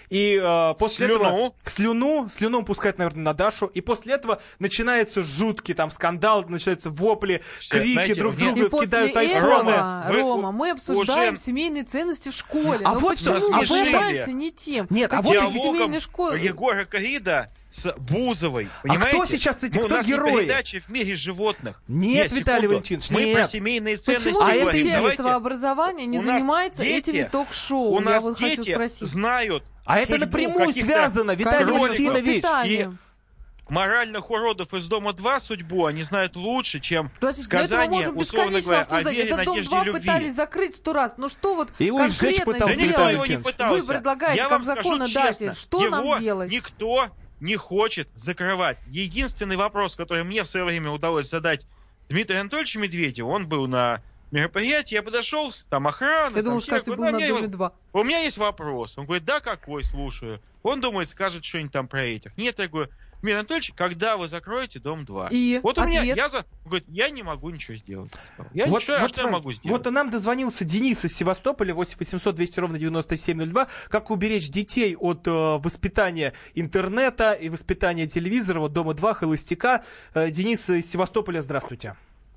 [SPEAKER 2] И э, после
[SPEAKER 3] слюну.
[SPEAKER 2] этого слюну, слюну пускает, наверное, на Дашу. И после этого начинается жуткий там скандал, начинаются вопли,
[SPEAKER 3] Все,
[SPEAKER 2] крики,
[SPEAKER 3] знаете,
[SPEAKER 2] друг
[SPEAKER 3] мне...
[SPEAKER 2] другу
[SPEAKER 4] И после
[SPEAKER 2] кидают айфоны.
[SPEAKER 4] этого,
[SPEAKER 3] Вы
[SPEAKER 4] Рома, мы обсуждаем
[SPEAKER 3] уже...
[SPEAKER 4] семейные ценности в школе.
[SPEAKER 2] А
[SPEAKER 4] Но
[SPEAKER 2] вот
[SPEAKER 4] почему
[SPEAKER 3] что,
[SPEAKER 4] мы
[SPEAKER 3] насмешили.
[SPEAKER 4] занимаемся не тем?
[SPEAKER 2] Нет, а
[SPEAKER 4] Какие
[SPEAKER 2] вот
[SPEAKER 3] диалогом
[SPEAKER 4] семейные школы?
[SPEAKER 3] Егора Крида с Бузовой.
[SPEAKER 2] А
[SPEAKER 3] Понимаете?
[SPEAKER 2] кто сейчас эти,
[SPEAKER 3] ну,
[SPEAKER 2] кто
[SPEAKER 3] у нас
[SPEAKER 2] герои?
[SPEAKER 3] не передача в мире животных.
[SPEAKER 2] Нет,
[SPEAKER 3] Нет,
[SPEAKER 2] Виталий
[SPEAKER 3] секунду.
[SPEAKER 2] Валентинович,
[SPEAKER 3] Мы
[SPEAKER 2] нет.
[SPEAKER 3] про семейные ценности
[SPEAKER 4] Почему
[SPEAKER 2] А это
[SPEAKER 3] говорим.
[SPEAKER 4] Министерство
[SPEAKER 3] Давайте.
[SPEAKER 4] образования не
[SPEAKER 3] У нас
[SPEAKER 4] занимается
[SPEAKER 3] дети-
[SPEAKER 4] этими ток-шоу?
[SPEAKER 3] У
[SPEAKER 4] Я
[SPEAKER 3] нас
[SPEAKER 4] вот хочу
[SPEAKER 3] дети
[SPEAKER 4] спросить.
[SPEAKER 3] знают
[SPEAKER 2] А это
[SPEAKER 3] судьбу
[SPEAKER 2] напрямую
[SPEAKER 3] каких-то
[SPEAKER 2] связано, Виталий
[SPEAKER 4] Конечно, с
[SPEAKER 2] Валентинович.
[SPEAKER 4] воспитанием.
[SPEAKER 3] моральных уродов из «Дома-два» судьбу они знают лучше, чем
[SPEAKER 4] Подождите,
[SPEAKER 3] сказание, условно говоря, о вере, надежде и любви.
[SPEAKER 4] Пытались закрыть сто раз. Ну что вот
[SPEAKER 2] и
[SPEAKER 4] конкретно
[SPEAKER 2] пытался,
[SPEAKER 4] делать?
[SPEAKER 3] Да никто его не пытался.
[SPEAKER 4] Вы предлагаете
[SPEAKER 3] Я
[SPEAKER 4] как
[SPEAKER 3] вам скажу
[SPEAKER 4] законодатель.
[SPEAKER 3] честно,
[SPEAKER 4] Что
[SPEAKER 3] его
[SPEAKER 4] нам делать?
[SPEAKER 3] никто не хочет закрывать. Единственный вопрос, который мне в свое время удалось задать Дмитрию Анатольевичу Медведеву, он был на мероприятии, я подошел, там охрана.
[SPEAKER 4] Я думал,
[SPEAKER 3] все,
[SPEAKER 4] скажете, был
[SPEAKER 3] «Да,
[SPEAKER 4] на
[SPEAKER 3] мне
[SPEAKER 4] Доме
[SPEAKER 3] его-
[SPEAKER 4] два.
[SPEAKER 3] У меня есть вопрос. Он говорит, да, какой, слушаю. Он думает, скажет что-нибудь там про этих. Нет, я говорю, Дмитрий Анатольевич, когда вы закроете Дом-два?
[SPEAKER 4] И
[SPEAKER 3] Вот у меня,
[SPEAKER 4] ответ?
[SPEAKER 3] я за... Он говорит, я не могу ничего сделать. Я
[SPEAKER 2] Вот,
[SPEAKER 3] ничего, а
[SPEAKER 2] вот
[SPEAKER 3] что я
[SPEAKER 2] смотри,
[SPEAKER 3] могу сделать?
[SPEAKER 2] вот и нам дозвонился Денис из Севастополя, восемь восемьсот двести ровно девяносто семь ноль два. Как уберечь детей от э, воспитания интернета и воспитания телевизора, вот Дома-два, холостяка. Э, Денис из Севастополя, здравствуйте.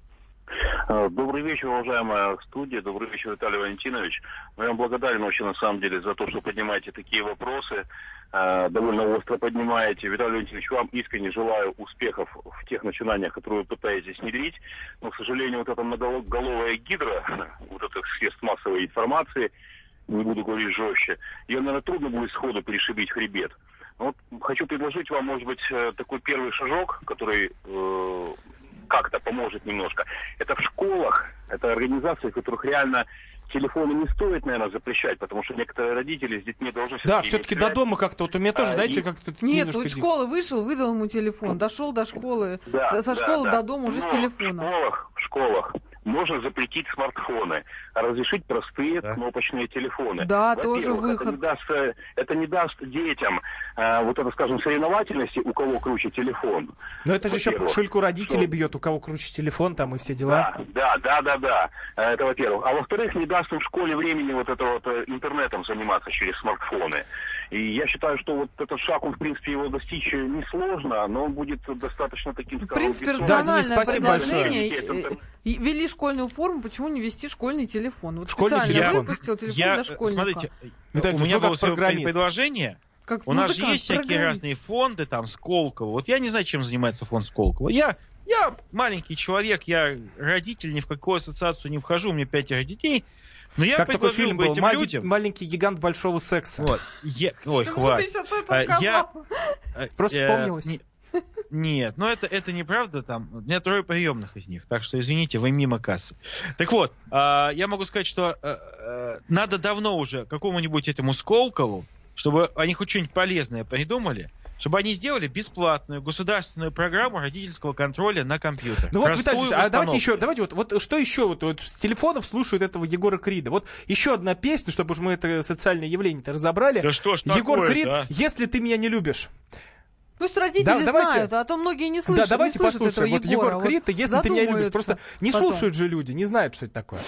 [SPEAKER 10] Добрый вечер, уважаемая студия. Добрый вечер, Виталий Валентинович. Я вам благодарен вообще, на самом деле, за то, что поднимаете такие вопросы. Довольно остро поднимаете. Виталий Валентинович, вам искренне желаю успехов в тех начинаниях, которые вы пытаетесь внедрить. Но, к сожалению, вот эта многоголовая гидра, вот этих средств массовой информации, не буду говорить жестче, ее, наверное, трудно будет сходу перешибить хребет. Вот хочу предложить вам, может быть, такой первый шажок, который... Э- как-то поможет немножко. Это в школах, это организации, в которых реально телефоны не стоит, наверное, запрещать, потому что некоторые родители с детьми должны...
[SPEAKER 2] Да, все-таки до дома как-то, вот у меня тоже, а, знаете, и... как-то...
[SPEAKER 4] Нет, вот из школы вышел, выдал ему телефон, дошел до школы,
[SPEAKER 10] да,
[SPEAKER 4] со, со
[SPEAKER 10] да,
[SPEAKER 4] школы
[SPEAKER 10] да.
[SPEAKER 4] до дома уже
[SPEAKER 10] Но
[SPEAKER 4] с телефоном.
[SPEAKER 10] В школах, в школах можно запретить смартфоны, а разрешить простые да. кнопочные телефоны.
[SPEAKER 4] Да, тоже выход.
[SPEAKER 10] Это не даст, это не даст детям а, вот это, скажем, соревновательности, у кого круче телефон.
[SPEAKER 2] Но это же еще шульку родителей что... бьет, у кого круче телефон, там и все дела.
[SPEAKER 10] Да, да, да, да, да. Это во-первых. А во-вторых, не даст им в школе времени вот это вот интернетом заниматься через смартфоны. И я считаю, что вот этот шаг, он, в принципе, его достичь несложно, но он будет достаточно таким...
[SPEAKER 4] В принципе, рациональное предложение. Вели школьную форму, почему не вести школьный телефон? Вот
[SPEAKER 2] школьный
[SPEAKER 4] специально
[SPEAKER 2] телефон.
[SPEAKER 4] выпустил телефон
[SPEAKER 3] я,
[SPEAKER 4] для школьника.
[SPEAKER 3] Смотрите,
[SPEAKER 2] Виталий,
[SPEAKER 3] у меня было
[SPEAKER 2] программист.
[SPEAKER 3] предложение.
[SPEAKER 4] Как
[SPEAKER 3] у нас же
[SPEAKER 4] музыкант,
[SPEAKER 3] есть всякие
[SPEAKER 4] программист.
[SPEAKER 3] разные фонды, там, Сколково. Вот я не знаю, чем занимается фонд Сколково. Я, я маленький человек, я родитель, ни в какую ассоциацию не вхожу, у меня пятеро детей. Но я
[SPEAKER 2] как такой фильм
[SPEAKER 3] бы
[SPEAKER 2] был,
[SPEAKER 3] этим
[SPEAKER 2] маленький,
[SPEAKER 3] людям...
[SPEAKER 2] маленький гигант большого секса.
[SPEAKER 3] Вот. Я... Ой, хватит.
[SPEAKER 4] Я...
[SPEAKER 2] Просто вспомнилось.
[SPEAKER 3] Не... Нет, но это, это неправда. Там. У меня трое приемных из них. Так что, извините, вы мимо кассы. Так вот, э, я могу сказать, что э, э, надо давно уже какому-нибудь этому Сколкову, чтобы они хоть что-нибудь полезное придумали, чтобы они сделали бесплатную государственную программу родительского контроля на компьютер.
[SPEAKER 2] Ну вот, Виталий, а давайте еще, давайте вот, вот что еще вот, вот с телефонов слушают этого Егора Крида. Вот еще одна песня, чтобы уж мы это социальное явление-то разобрали.
[SPEAKER 3] Да что ж
[SPEAKER 2] Егор
[SPEAKER 3] такое,
[SPEAKER 2] Крид,
[SPEAKER 3] да?
[SPEAKER 2] «Если ты меня не любишь».
[SPEAKER 4] Пусть родители
[SPEAKER 2] да, давайте,
[SPEAKER 4] знают, а то многие не слышат.
[SPEAKER 2] Да, давайте
[SPEAKER 4] не слышат
[SPEAKER 2] послушаем.
[SPEAKER 4] Этого
[SPEAKER 2] вот
[SPEAKER 4] Егора.
[SPEAKER 2] Егор Крид, «Если ты меня любишь». Просто не
[SPEAKER 4] потом.
[SPEAKER 2] слушают же люди, не знают, что это такое.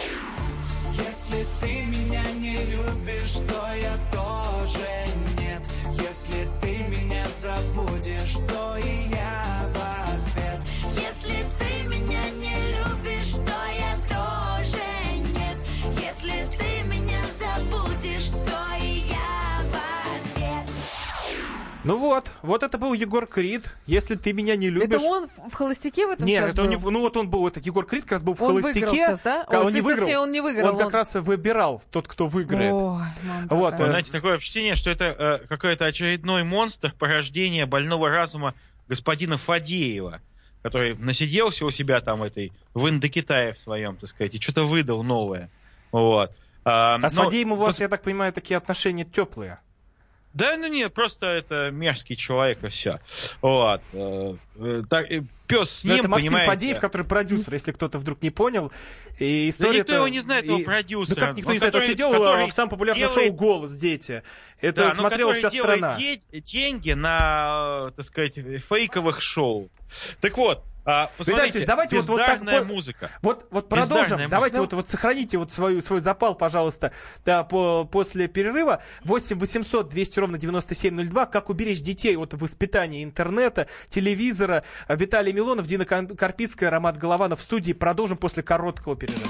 [SPEAKER 9] Если ты меня не любишь, то я тоже нет. Если ты меня забудешь, то и я в ответ. Если ты меня не любишь, то я тоже нет. Если ты меня забудешь, то и я в ответ.
[SPEAKER 2] Ну вот, вот это был Егор Крид, «Если ты меня не любишь».
[SPEAKER 4] Это он в, в «Холостяке» в этом
[SPEAKER 2] Нет,
[SPEAKER 4] сейчас
[SPEAKER 2] это
[SPEAKER 4] был?
[SPEAKER 2] он не, ну вот он был, это Егор Крид как раз был в
[SPEAKER 4] он
[SPEAKER 2] «Холостяке».
[SPEAKER 4] Выиграл сейчас, да?
[SPEAKER 2] Он,
[SPEAKER 4] Ой,
[SPEAKER 2] не выиграл.
[SPEAKER 4] Точнее, он не выиграл.
[SPEAKER 2] Он, он как раз выбирал, тот, кто выиграет.
[SPEAKER 4] Ой,
[SPEAKER 2] вот,
[SPEAKER 3] Вы знаете, такое впечатление, что это э, какой-то очередной монстр порождения больного разума господина Фадеева, который насиделся у себя там этой в Индокитае в своем, так сказать, и что-то выдал новое. Вот. А,
[SPEAKER 2] а с
[SPEAKER 3] но,
[SPEAKER 2] Фадеем у вас,
[SPEAKER 3] пос...
[SPEAKER 2] я так понимаю, такие отношения теплые.
[SPEAKER 3] Да, ну нет, просто это мерзкий человек и все. Вот. Так, пес с ним,
[SPEAKER 2] это Максим
[SPEAKER 3] понимаете...
[SPEAKER 2] Фадеев, который продюсер, если кто-то вдруг не понял. И история
[SPEAKER 3] да никто его не знает,
[SPEAKER 2] и...
[SPEAKER 3] этого продюсера.
[SPEAKER 2] Да как никто
[SPEAKER 3] он
[SPEAKER 2] не знает, он сидел в самом популярном
[SPEAKER 3] делает...
[SPEAKER 2] шоу «Голос, дети». Это
[SPEAKER 3] да,
[SPEAKER 2] смотрела вся страна.
[SPEAKER 3] Де- деньги на, так сказать, фейковых шоу. Так вот, а, посмотрите,
[SPEAKER 2] Виталий, давайте вот, вот так,
[SPEAKER 3] музыка.
[SPEAKER 2] Вот, вот продолжим.
[SPEAKER 3] Бездарная
[SPEAKER 2] давайте
[SPEAKER 3] музыка.
[SPEAKER 2] вот, вот сохраните вот свою, свой запал, пожалуйста, да, по, после перерыва. восемь восемьсот двести ровно девяносто семь ноль два. Как уберечь детей от воспитания интернета, телевизора. Виталий Милонов, Дина Карпицкая, Роман Голованов в студии. Продолжим после короткого перерыва.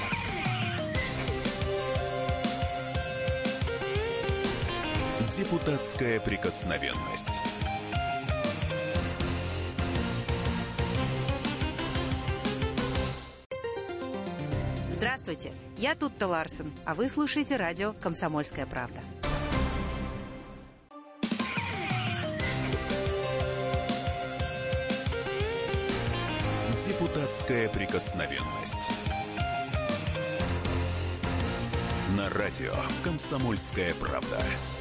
[SPEAKER 1] Депутатская прикосновенность.
[SPEAKER 11] Здравствуйте, я Тутта Ларсен, а вы слушаете радио «Комсомольская правда».
[SPEAKER 1] Детская прикосновенность. На радио «Комсомольская правда».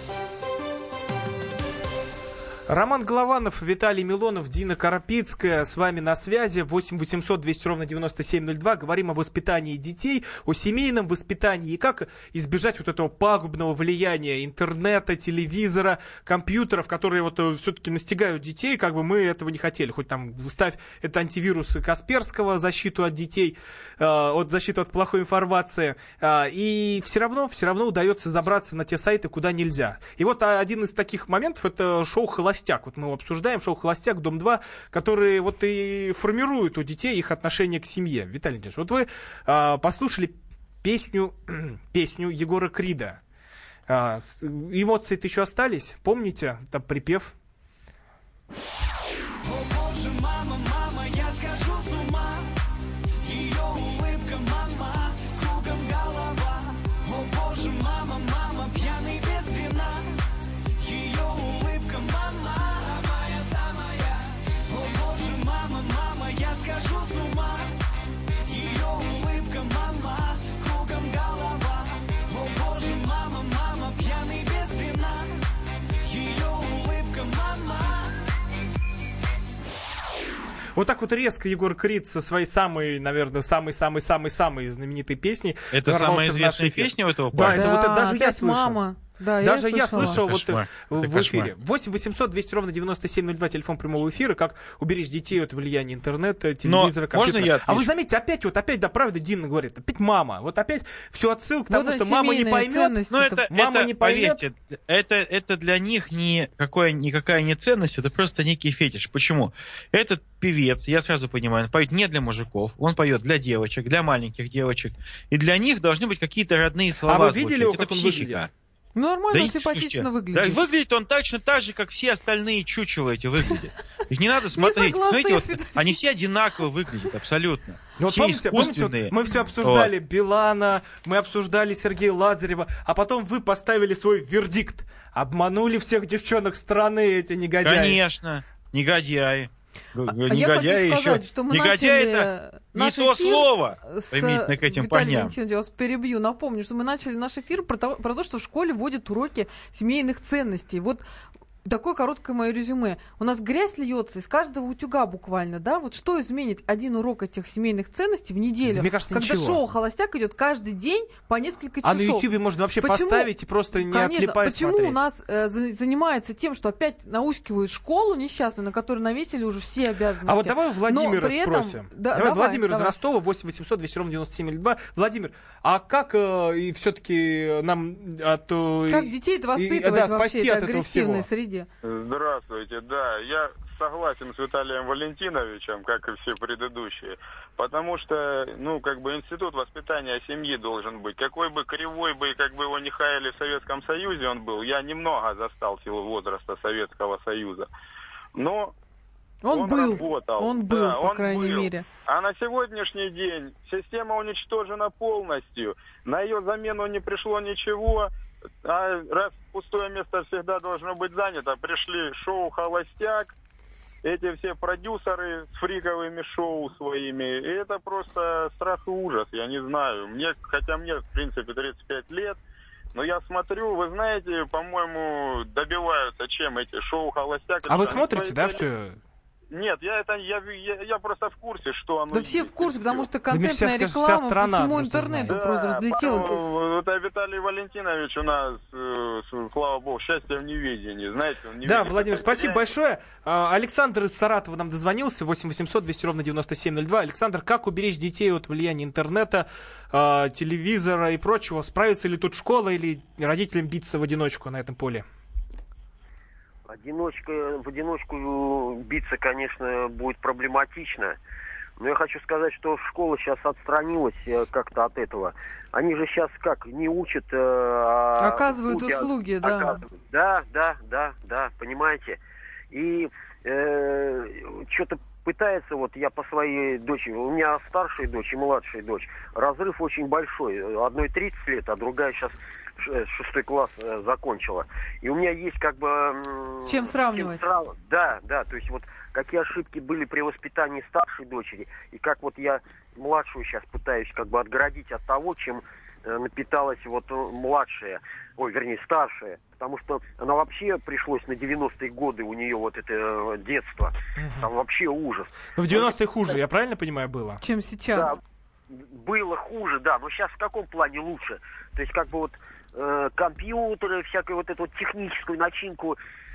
[SPEAKER 2] Роман Голованов, Виталий Милонов, Дина Карапицкая с вами на связи. восемь восемьсот двести ровно девяносто семь ноль два. Говорим о воспитании детей, о семейном воспитании и как избежать вот этого пагубного влияния интернета, телевизора, компьютеров, которые вот все-таки настигают детей. Как бы мы этого не хотели. Хоть там ставь это антивирус Касперского, защиту от детей, э, от защиту от плохой информации. Э, и все равно, все равно удается забраться на те сайты, куда нельзя. И вот один из таких моментов — это шоу «Холостяк». Вот мы его обсуждаем, шоу «Холостяк», Дом-два, которые вот и формируют у детей их отношение к семье. Виталий Ильич, вот вы а, послушали песню, песню Егора Крида. А, с, эмоции-то еще остались? Помните? Там припев.
[SPEAKER 9] О боже, мама, мама, я схожу с ума. Ее улыбка, мама, кругом голова. О боже, мама, мама, пьяный без вина. Ее улыбка, мама, самая, самая. О боже, мама, мама, я схожу с ума. Ее улыбка, мама, кругом голова. О боже, мама, мама, пьяный без вина. Ее улыбка, мама.
[SPEAKER 2] Вот так вот резко Егор Крид со своей самой, наверное, самой-самой-самой-самой знаменитой песней.
[SPEAKER 3] Это самая известная песня у этого
[SPEAKER 2] парня?
[SPEAKER 3] парня?
[SPEAKER 2] Да, это вот это даже я слышал.
[SPEAKER 4] Мама. Да,
[SPEAKER 2] Даже
[SPEAKER 4] я
[SPEAKER 2] я
[SPEAKER 4] слышала.
[SPEAKER 2] слышал вот
[SPEAKER 3] Кошмар.
[SPEAKER 2] в
[SPEAKER 3] Это
[SPEAKER 2] эфире. восемь восемьсот двести ровно девяносто семь ноль два, телефон прямого эфира, как уберечь детей от влияния интернета, телевизора,
[SPEAKER 3] Но можно
[SPEAKER 2] компьютера.
[SPEAKER 3] я отвечу?
[SPEAKER 2] А вы заметьте, опять вот, опять, да, правда, Дина говорит, опять мама. Вот опять все отсылка к тому,
[SPEAKER 4] Вот
[SPEAKER 2] что мама не поймет.
[SPEAKER 3] Ну, это,
[SPEAKER 2] мама
[SPEAKER 3] это,
[SPEAKER 2] не поймет.
[SPEAKER 3] поверьте, это, это для них никакой, никакая не ценность, это просто некий фетиш. Почему? Этот певец, я сразу понимаю, он поет не для мужиков, он поет для девочек, для маленьких девочек. И для них должны быть какие-то родные слова.
[SPEAKER 2] А вы видели его,
[SPEAKER 3] это
[SPEAKER 2] как он
[SPEAKER 3] психика.
[SPEAKER 2] выглядит?
[SPEAKER 4] Ну, нормально,
[SPEAKER 3] Да
[SPEAKER 4] он
[SPEAKER 3] и,
[SPEAKER 4] симпатично
[SPEAKER 3] слушайте,
[SPEAKER 4] выглядит.
[SPEAKER 3] Да, выглядит он точно так же, как все остальные чучела эти выглядят. Их не надо смотреть.
[SPEAKER 4] согласна,
[SPEAKER 3] Смотрите, вот,
[SPEAKER 4] если-
[SPEAKER 3] они все одинаково выглядят, абсолютно.
[SPEAKER 2] Ну, вот
[SPEAKER 3] Все
[SPEAKER 2] помните, помните,
[SPEAKER 3] искусственные.
[SPEAKER 2] вот мы все обсуждали Билана, мы обсуждали Сергея Лазарева, а потом вы поставили свой вердикт. Обманули всех девчонок страны эти негодяи.
[SPEAKER 3] Конечно, негодяи.
[SPEAKER 4] А я хочу
[SPEAKER 3] Негодяи
[SPEAKER 4] сказать,
[SPEAKER 3] еще.
[SPEAKER 4] что мы
[SPEAKER 3] Негодяй
[SPEAKER 4] начали
[SPEAKER 3] это не
[SPEAKER 4] наш
[SPEAKER 3] то
[SPEAKER 4] эфир
[SPEAKER 3] слово
[SPEAKER 4] с
[SPEAKER 3] применительно к этим
[SPEAKER 4] Виталием
[SPEAKER 3] парням.
[SPEAKER 4] Валентиновичем, я вас перебью, напомню, что мы начали наш эфир про то, про то, что в школе вводят уроки семейных ценностей. Вот такое короткое мое резюме. У нас грязь льется из каждого утюга буквально, да? Вот что изменит один урок этих семейных ценностей в неделю,
[SPEAKER 2] Мне кажется,
[SPEAKER 4] когда
[SPEAKER 2] ничего.
[SPEAKER 4] шоу «Холостяк» идет каждый день по несколько часов?
[SPEAKER 2] А на Ютьюбе можно вообще
[SPEAKER 4] Почему?
[SPEAKER 2] поставить и просто не
[SPEAKER 4] Конечно.
[SPEAKER 2] отлипая
[SPEAKER 4] Почему
[SPEAKER 2] смотреть.
[SPEAKER 4] у нас э, за- занимается тем, что опять наускивают школу несчастную, на которую навесили уже все обязанности?
[SPEAKER 2] А вот давай у Владимира
[SPEAKER 4] Но при этом-
[SPEAKER 2] спросим.
[SPEAKER 4] Да,
[SPEAKER 2] давай,
[SPEAKER 4] давай,
[SPEAKER 2] Владимир из
[SPEAKER 4] давай.
[SPEAKER 2] Ростова, восемь восемьсот двести ровно девяносто семь ноль два. Владимир, а как э, и все-таки нам от... э,
[SPEAKER 4] Как детей-то
[SPEAKER 2] и-
[SPEAKER 4] воспитывать
[SPEAKER 2] да,
[SPEAKER 4] вообще
[SPEAKER 2] спасти
[SPEAKER 4] в
[SPEAKER 2] от этого
[SPEAKER 4] агрессивной
[SPEAKER 2] всего?
[SPEAKER 4] среде?
[SPEAKER 12] Здравствуйте, да, я согласен с Виталием Валентиновичем, как и все предыдущие, потому что, ну, как бы институт воспитания семьи должен быть. Какой бы кривой бы, как бы его не хаяли в Советском Союзе он был, я немного застал в силу возраста Советского Союза, но
[SPEAKER 4] Он,
[SPEAKER 12] он
[SPEAKER 4] был,
[SPEAKER 12] работал,
[SPEAKER 4] он был,
[SPEAKER 12] да,
[SPEAKER 4] по
[SPEAKER 12] он
[SPEAKER 4] крайней
[SPEAKER 12] был.
[SPEAKER 4] мере.
[SPEAKER 12] А на сегодняшний день система уничтожена полностью, на ее замену не пришло ничего. А раз пустое место всегда должно быть занято, пришли шоу «Холостяк», эти все продюсеры с фриковыми шоу своими, и это просто страх и ужас, я не знаю. Мне, хотя мне, в принципе, тридцать пять лет, но я смотрю, вы знаете, по-моему, добиваются чем эти шоу «Холостяк».
[SPEAKER 2] А вы
[SPEAKER 12] Что,
[SPEAKER 2] смотрите,
[SPEAKER 12] они
[SPEAKER 2] да,
[SPEAKER 12] свои-
[SPEAKER 2] все?
[SPEAKER 12] Нет, я это я, я, я просто в курсе, что оно
[SPEAKER 4] Да все в курсе, потому что
[SPEAKER 2] Да мне вся-
[SPEAKER 4] контентная
[SPEAKER 2] вся
[SPEAKER 4] реклама
[SPEAKER 2] страна
[SPEAKER 4] по всему
[SPEAKER 2] просто
[SPEAKER 4] интернету
[SPEAKER 2] знает.
[SPEAKER 4] просто разлетелась.
[SPEAKER 12] потом, вот, а Виталий Валентинович у нас, э, с- слава богу, счастье в неведении, знаете, он не
[SPEAKER 2] Да,
[SPEAKER 12] видит
[SPEAKER 2] Владимир,
[SPEAKER 12] это
[SPEAKER 2] спасибо
[SPEAKER 12] влияние.
[SPEAKER 2] большое. А, Александр из Саратова нам дозвонился, восемь восемьсот двести ровно девяносто семь ноль два. Александр, как уберечь детей от влияния интернета, а, телевизора и прочего? Справится ли тут школа или родителям биться в одиночку на этом поле?
[SPEAKER 13] Одиночка, в одиночку биться, конечно, будет проблематично. Но я хочу сказать, что школа сейчас отстранилась э, как-то от этого. Они же сейчас как, не учат... э, а
[SPEAKER 4] Оказывают услуги, да.
[SPEAKER 13] оказывают. Да, да, да, да, понимаете. И э, что-то пытается, вот я по своей дочери, у меня старшая дочь и младшая дочь, разрыв очень большой. Одной тридцать лет, а другая сейчас шестой класс э, закончила. И у меня есть как бы... м,
[SPEAKER 4] С чем сравнивать?
[SPEAKER 13] срав- Да, да, то есть вот какие ошибки были при воспитании старшей дочери, и как вот я младшую сейчас пытаюсь как бы отгородить от того, чем э, напиталась вот младшая, ой, вернее, старшая, потому что она вообще пришлось на девяностые годы, у нее вот это э, детство, угу. Там вообще ужас.
[SPEAKER 2] В девяностые хуже, я правильно понимаю, было?
[SPEAKER 4] Чем сейчас?
[SPEAKER 13] Да, было хуже, да, но сейчас в каком плане лучше? То есть как бы вот э, компьютеры, всякую вот эту вот техническую начинку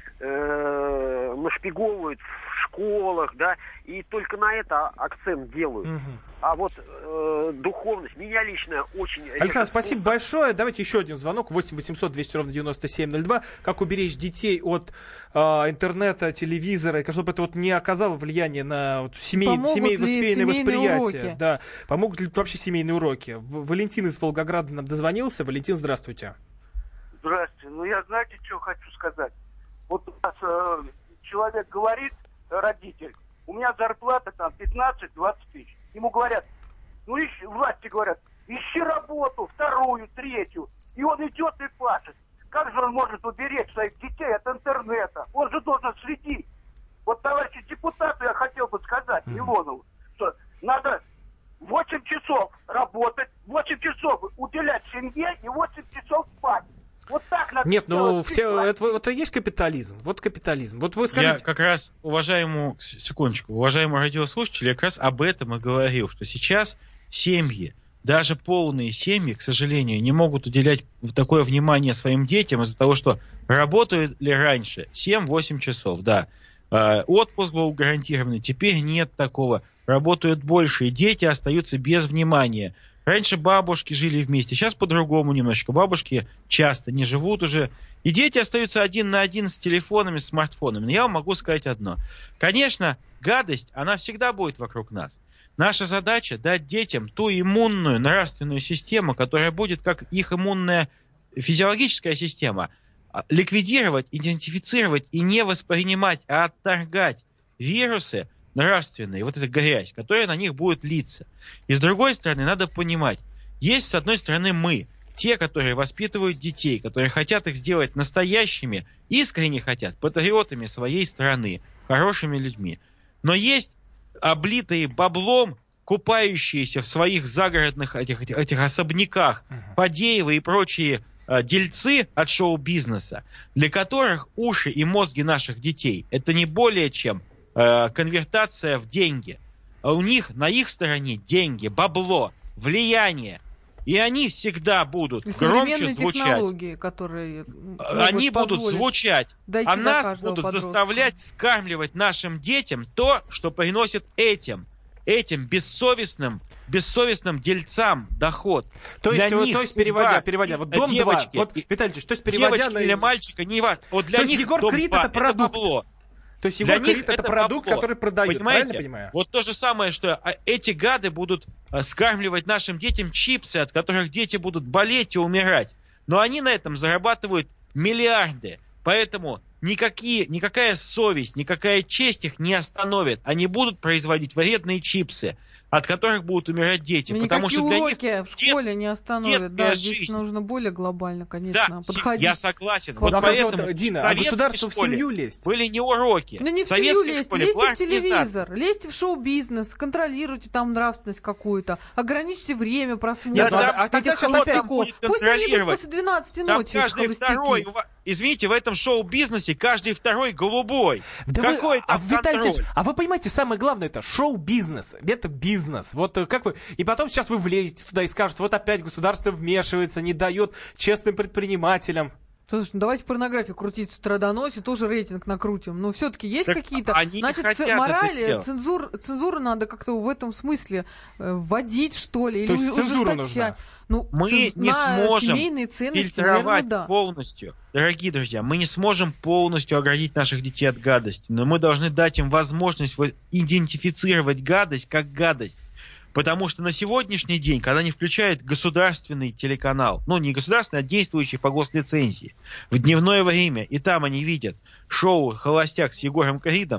[SPEAKER 13] э, нашпиговывают в школах, да, и только на это акцент делают. Угу. А вот э, духовность, меня лично очень...
[SPEAKER 2] Александр, спасибо большое. Давайте еще один звонок. восемь восемьсот двести ровно девяносто семь ноль два. Как уберечь детей от э, интернета, телевизора, и чтобы это вот не оказало влияния на вот, семей, семей, семейное восприятие. Уроки? Да. Помогут ли вообще семейные уроки? Валентин из Волгограда нам дозвонился. Валентин, здравствуйте.
[SPEAKER 14] Здравствуйте. Ну, я знаете, что хочу сказать? Вот у нас э, человек говорит, родитель, у меня зарплата там пятнадцать-двадцать тысяч. Ему говорят, ну ищи, власти говорят, ищи работу, вторую, третью. И он идет и пашет. Как же он может уберечь своих детей от интернета? Он же должен следить. Вот, товарищи депутаты, я хотел бы сказать, Милонову, что надо восемь часов работать, восемь часов уделять семье и восемь часов спать. Вот так надо.
[SPEAKER 2] Нет, ну все, это, это и есть капитализм. Вот капитализм. Вот вы скажите.
[SPEAKER 3] Я как раз уважаемому, секундочку, уважаемому радиослушателю, я как раз об этом и говорил, что сейчас семьи, даже полные семьи, к сожалению, не могут уделять такое внимание своим детям из-за того, что работают ли раньше семь-восемь часов, да. Отпуск был гарантированный, теперь нет такого. Работают больше, и дети остаются без внимания. Раньше бабушки жили вместе, сейчас по-другому немножечко. Бабушки часто не живут уже. И дети остаются один на один с телефонами, с смартфонами. Но я вам могу сказать одно. Конечно, гадость, она всегда будет вокруг нас. Наша задача дать детям ту иммунную нравственную систему, которая будет как их иммунная физиологическая система. Ликвидировать, идентифицировать и не воспринимать, а отторгать вирусы, нравственные, вот эта грязь, которая на них будет литься. И с другой стороны, надо понимать, есть с одной стороны мы, те, которые воспитывают детей, которые хотят их сделать настоящими, искренне хотят, патриотами своей страны, хорошими людьми. Но есть облитые баблом, купающиеся в своих загородных этих, этих, этих особняках, Фадеевы и прочие э, дельцы от шоу-бизнеса, для которых уши и мозги наших детей это не более чем конвертация в деньги. А у них, на их стороне деньги, бабло, влияние. И они всегда будут и громче звучать.
[SPEAKER 4] Которые
[SPEAKER 3] они будут звучать. А нас будут подростка. заставлять скармливать нашим детям то, что приносит этим, этим бессовестным, бессовестным дельцам доход.
[SPEAKER 2] То есть,
[SPEAKER 3] для
[SPEAKER 2] вот,
[SPEAKER 3] них
[SPEAKER 2] то есть переводя, переводя, вот дом
[SPEAKER 3] девочки,
[SPEAKER 2] два, вот, Виталий, то есть переводя
[SPEAKER 3] девочки на... или мальчика, не важно. Вот для
[SPEAKER 2] то
[SPEAKER 3] них
[SPEAKER 2] Егор
[SPEAKER 3] дом
[SPEAKER 2] Крид
[SPEAKER 3] два,
[SPEAKER 2] это продукт.
[SPEAKER 3] Это бабло.
[SPEAKER 2] То есть Егор Крид это, это продукт, бабло. который продают,
[SPEAKER 3] понимаете?
[SPEAKER 2] Правильно понимаю?
[SPEAKER 3] Вот то же самое, что эти гады будут скармливать нашим детям чипсы, от которых дети будут болеть и умирать. Но они на этом зарабатывают миллиарды. Поэтому никакие, никакая совесть, никакая честь их не остановит. Они будут производить вредные чипсы, от которых будут умирать дети.
[SPEAKER 4] Но
[SPEAKER 3] потому что для
[SPEAKER 4] уроки
[SPEAKER 3] них
[SPEAKER 4] в школе
[SPEAKER 3] дет,
[SPEAKER 4] не остановят. Да,
[SPEAKER 3] жизнь.
[SPEAKER 4] Здесь нужно более глобально, конечно,
[SPEAKER 3] да,
[SPEAKER 4] подходить.
[SPEAKER 3] Я согласен.
[SPEAKER 2] Вот,
[SPEAKER 3] вот поэтому
[SPEAKER 2] вот, Дина, а государство в семью лезть?
[SPEAKER 3] Были не уроки.
[SPEAKER 4] Ну не в семью лезть, лезьте в телевизор, лезьте в шоу-бизнес, контролируйте там нравственность какую-то, ограничьте время просмотра.
[SPEAKER 3] Нет, да,
[SPEAKER 4] а этих холостяков. Пусть они идут после двенадцати ночи.
[SPEAKER 3] Каждый второй, извините, в этом шоу-бизнесе каждый второй голубой.
[SPEAKER 2] Да
[SPEAKER 3] Какой
[SPEAKER 2] вы,
[SPEAKER 3] там
[SPEAKER 2] а,
[SPEAKER 3] контроль?
[SPEAKER 2] Виталий, а вы понимаете, самое главное это шоу-бизнес, это бизнес. Вот как вы, и потом сейчас вы влезете туда и скажете, вот опять государство вмешивается, не дает честным предпринимателям.
[SPEAKER 4] Слушай, ну давайте порнографию крутить с утра до ночи, тоже рейтинг накрутим. Но все-таки есть так какие-то... Значит, ц- морали, цензур, цензуру надо как-то в этом смысле э, вводить, что ли, или ужесточать. Ну,
[SPEAKER 3] мы
[SPEAKER 4] цен...
[SPEAKER 3] не сможем фильтровать,
[SPEAKER 4] наверное, да.
[SPEAKER 3] полностью. Дорогие друзья, мы не сможем полностью оградить наших детей от гадости, но мы должны дать им возможность идентифицировать гадость как гадость. Потому что на сегодняшний день, когда они включают государственный телеканал, ну не государственный, а действующий по гослицензии, в дневное время, и там они видят шоу «Холостяк» с Егором Кридом,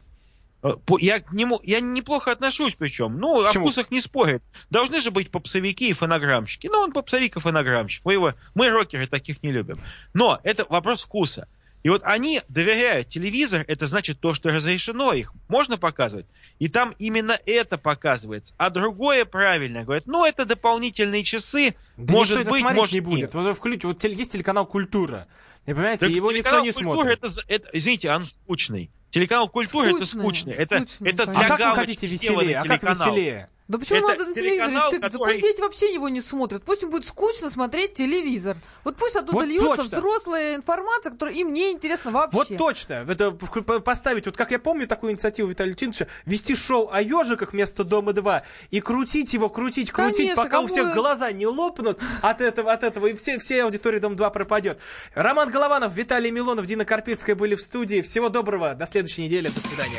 [SPEAKER 3] я, не, я неплохо отношусь причем, ну о вкусах не спорят. Должны же быть попсовики и фонограммщики. Ну он попсовик и фонограммщик, мы, его, мы рокеры таких не любим. Но это вопрос вкуса. И вот они доверяют телевизор, это значит то, что разрешено, их можно показывать. И там именно это показывается. А другое правильно говорят, ну это дополнительные часы,
[SPEAKER 2] да
[SPEAKER 3] может
[SPEAKER 2] никто
[SPEAKER 3] быть,
[SPEAKER 2] это смотреть
[SPEAKER 3] может
[SPEAKER 2] не будет.
[SPEAKER 3] нет.
[SPEAKER 2] Вот, включ... вот есть телеканал «Культура». И, понимаете,
[SPEAKER 3] Так
[SPEAKER 2] его никто не
[SPEAKER 3] «Культура»
[SPEAKER 2] смотрит.
[SPEAKER 3] Это, это, извините, он скучный. Телеканал «Культура» это скучный. Это,
[SPEAKER 4] скучный,
[SPEAKER 3] это
[SPEAKER 4] конечно.
[SPEAKER 3] для
[SPEAKER 2] А как вы
[SPEAKER 3] галочки
[SPEAKER 2] хотите
[SPEAKER 3] сделанный
[SPEAKER 2] веселее? А как
[SPEAKER 3] телеканал.
[SPEAKER 2] веселее?
[SPEAKER 4] Да почему
[SPEAKER 3] Это
[SPEAKER 4] надо на телевизоре
[SPEAKER 3] телеканал,
[SPEAKER 4] цикаться?
[SPEAKER 3] который-
[SPEAKER 4] Пусть дети вообще его не смотрят. Пусть им будет скучно смотреть телевизор. Вот пусть оттуда
[SPEAKER 2] Вот
[SPEAKER 4] льется
[SPEAKER 2] точно.
[SPEAKER 4] взрослая информация, которая им не интересна вообще.
[SPEAKER 2] Вот точно. Это в- поставить, вот как я помню такую инициативу Виталия Леонидовича, вести шоу о ежиках вместо «Дома-два» и крутить его, крутить, крутить,
[SPEAKER 4] Конечно,
[SPEAKER 2] пока у всех
[SPEAKER 4] кому-
[SPEAKER 2] глаза не лопнут от этого, от этого, и все, все аудитории «Дом-два» пропадет. Роман Голованов, Виталий Милонов, Дина Карпицкая были в студии. Всего доброго. До следующей недели. До свидания.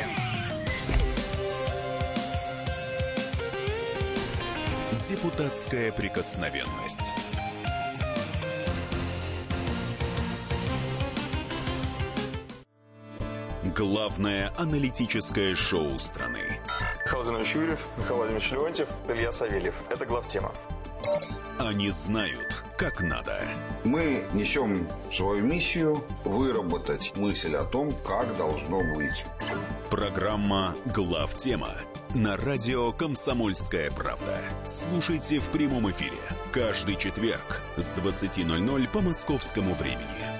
[SPEAKER 1] Депутатская прикосновенность. Главное аналитическое шоу страны.
[SPEAKER 15] Михаил Зинович Юрьев, Михаил Владимирович Леонтьев, Илья Савельев. Это главтема.
[SPEAKER 1] Они знают, как надо.
[SPEAKER 16] Мы несем свою миссию выработать мысль о том, как должно быть.
[SPEAKER 1] Программа «Главтема» на радио «Комсомольская правда». Слушайте в прямом эфире каждый четверг с двадцати ноль-ноль по московскому времени.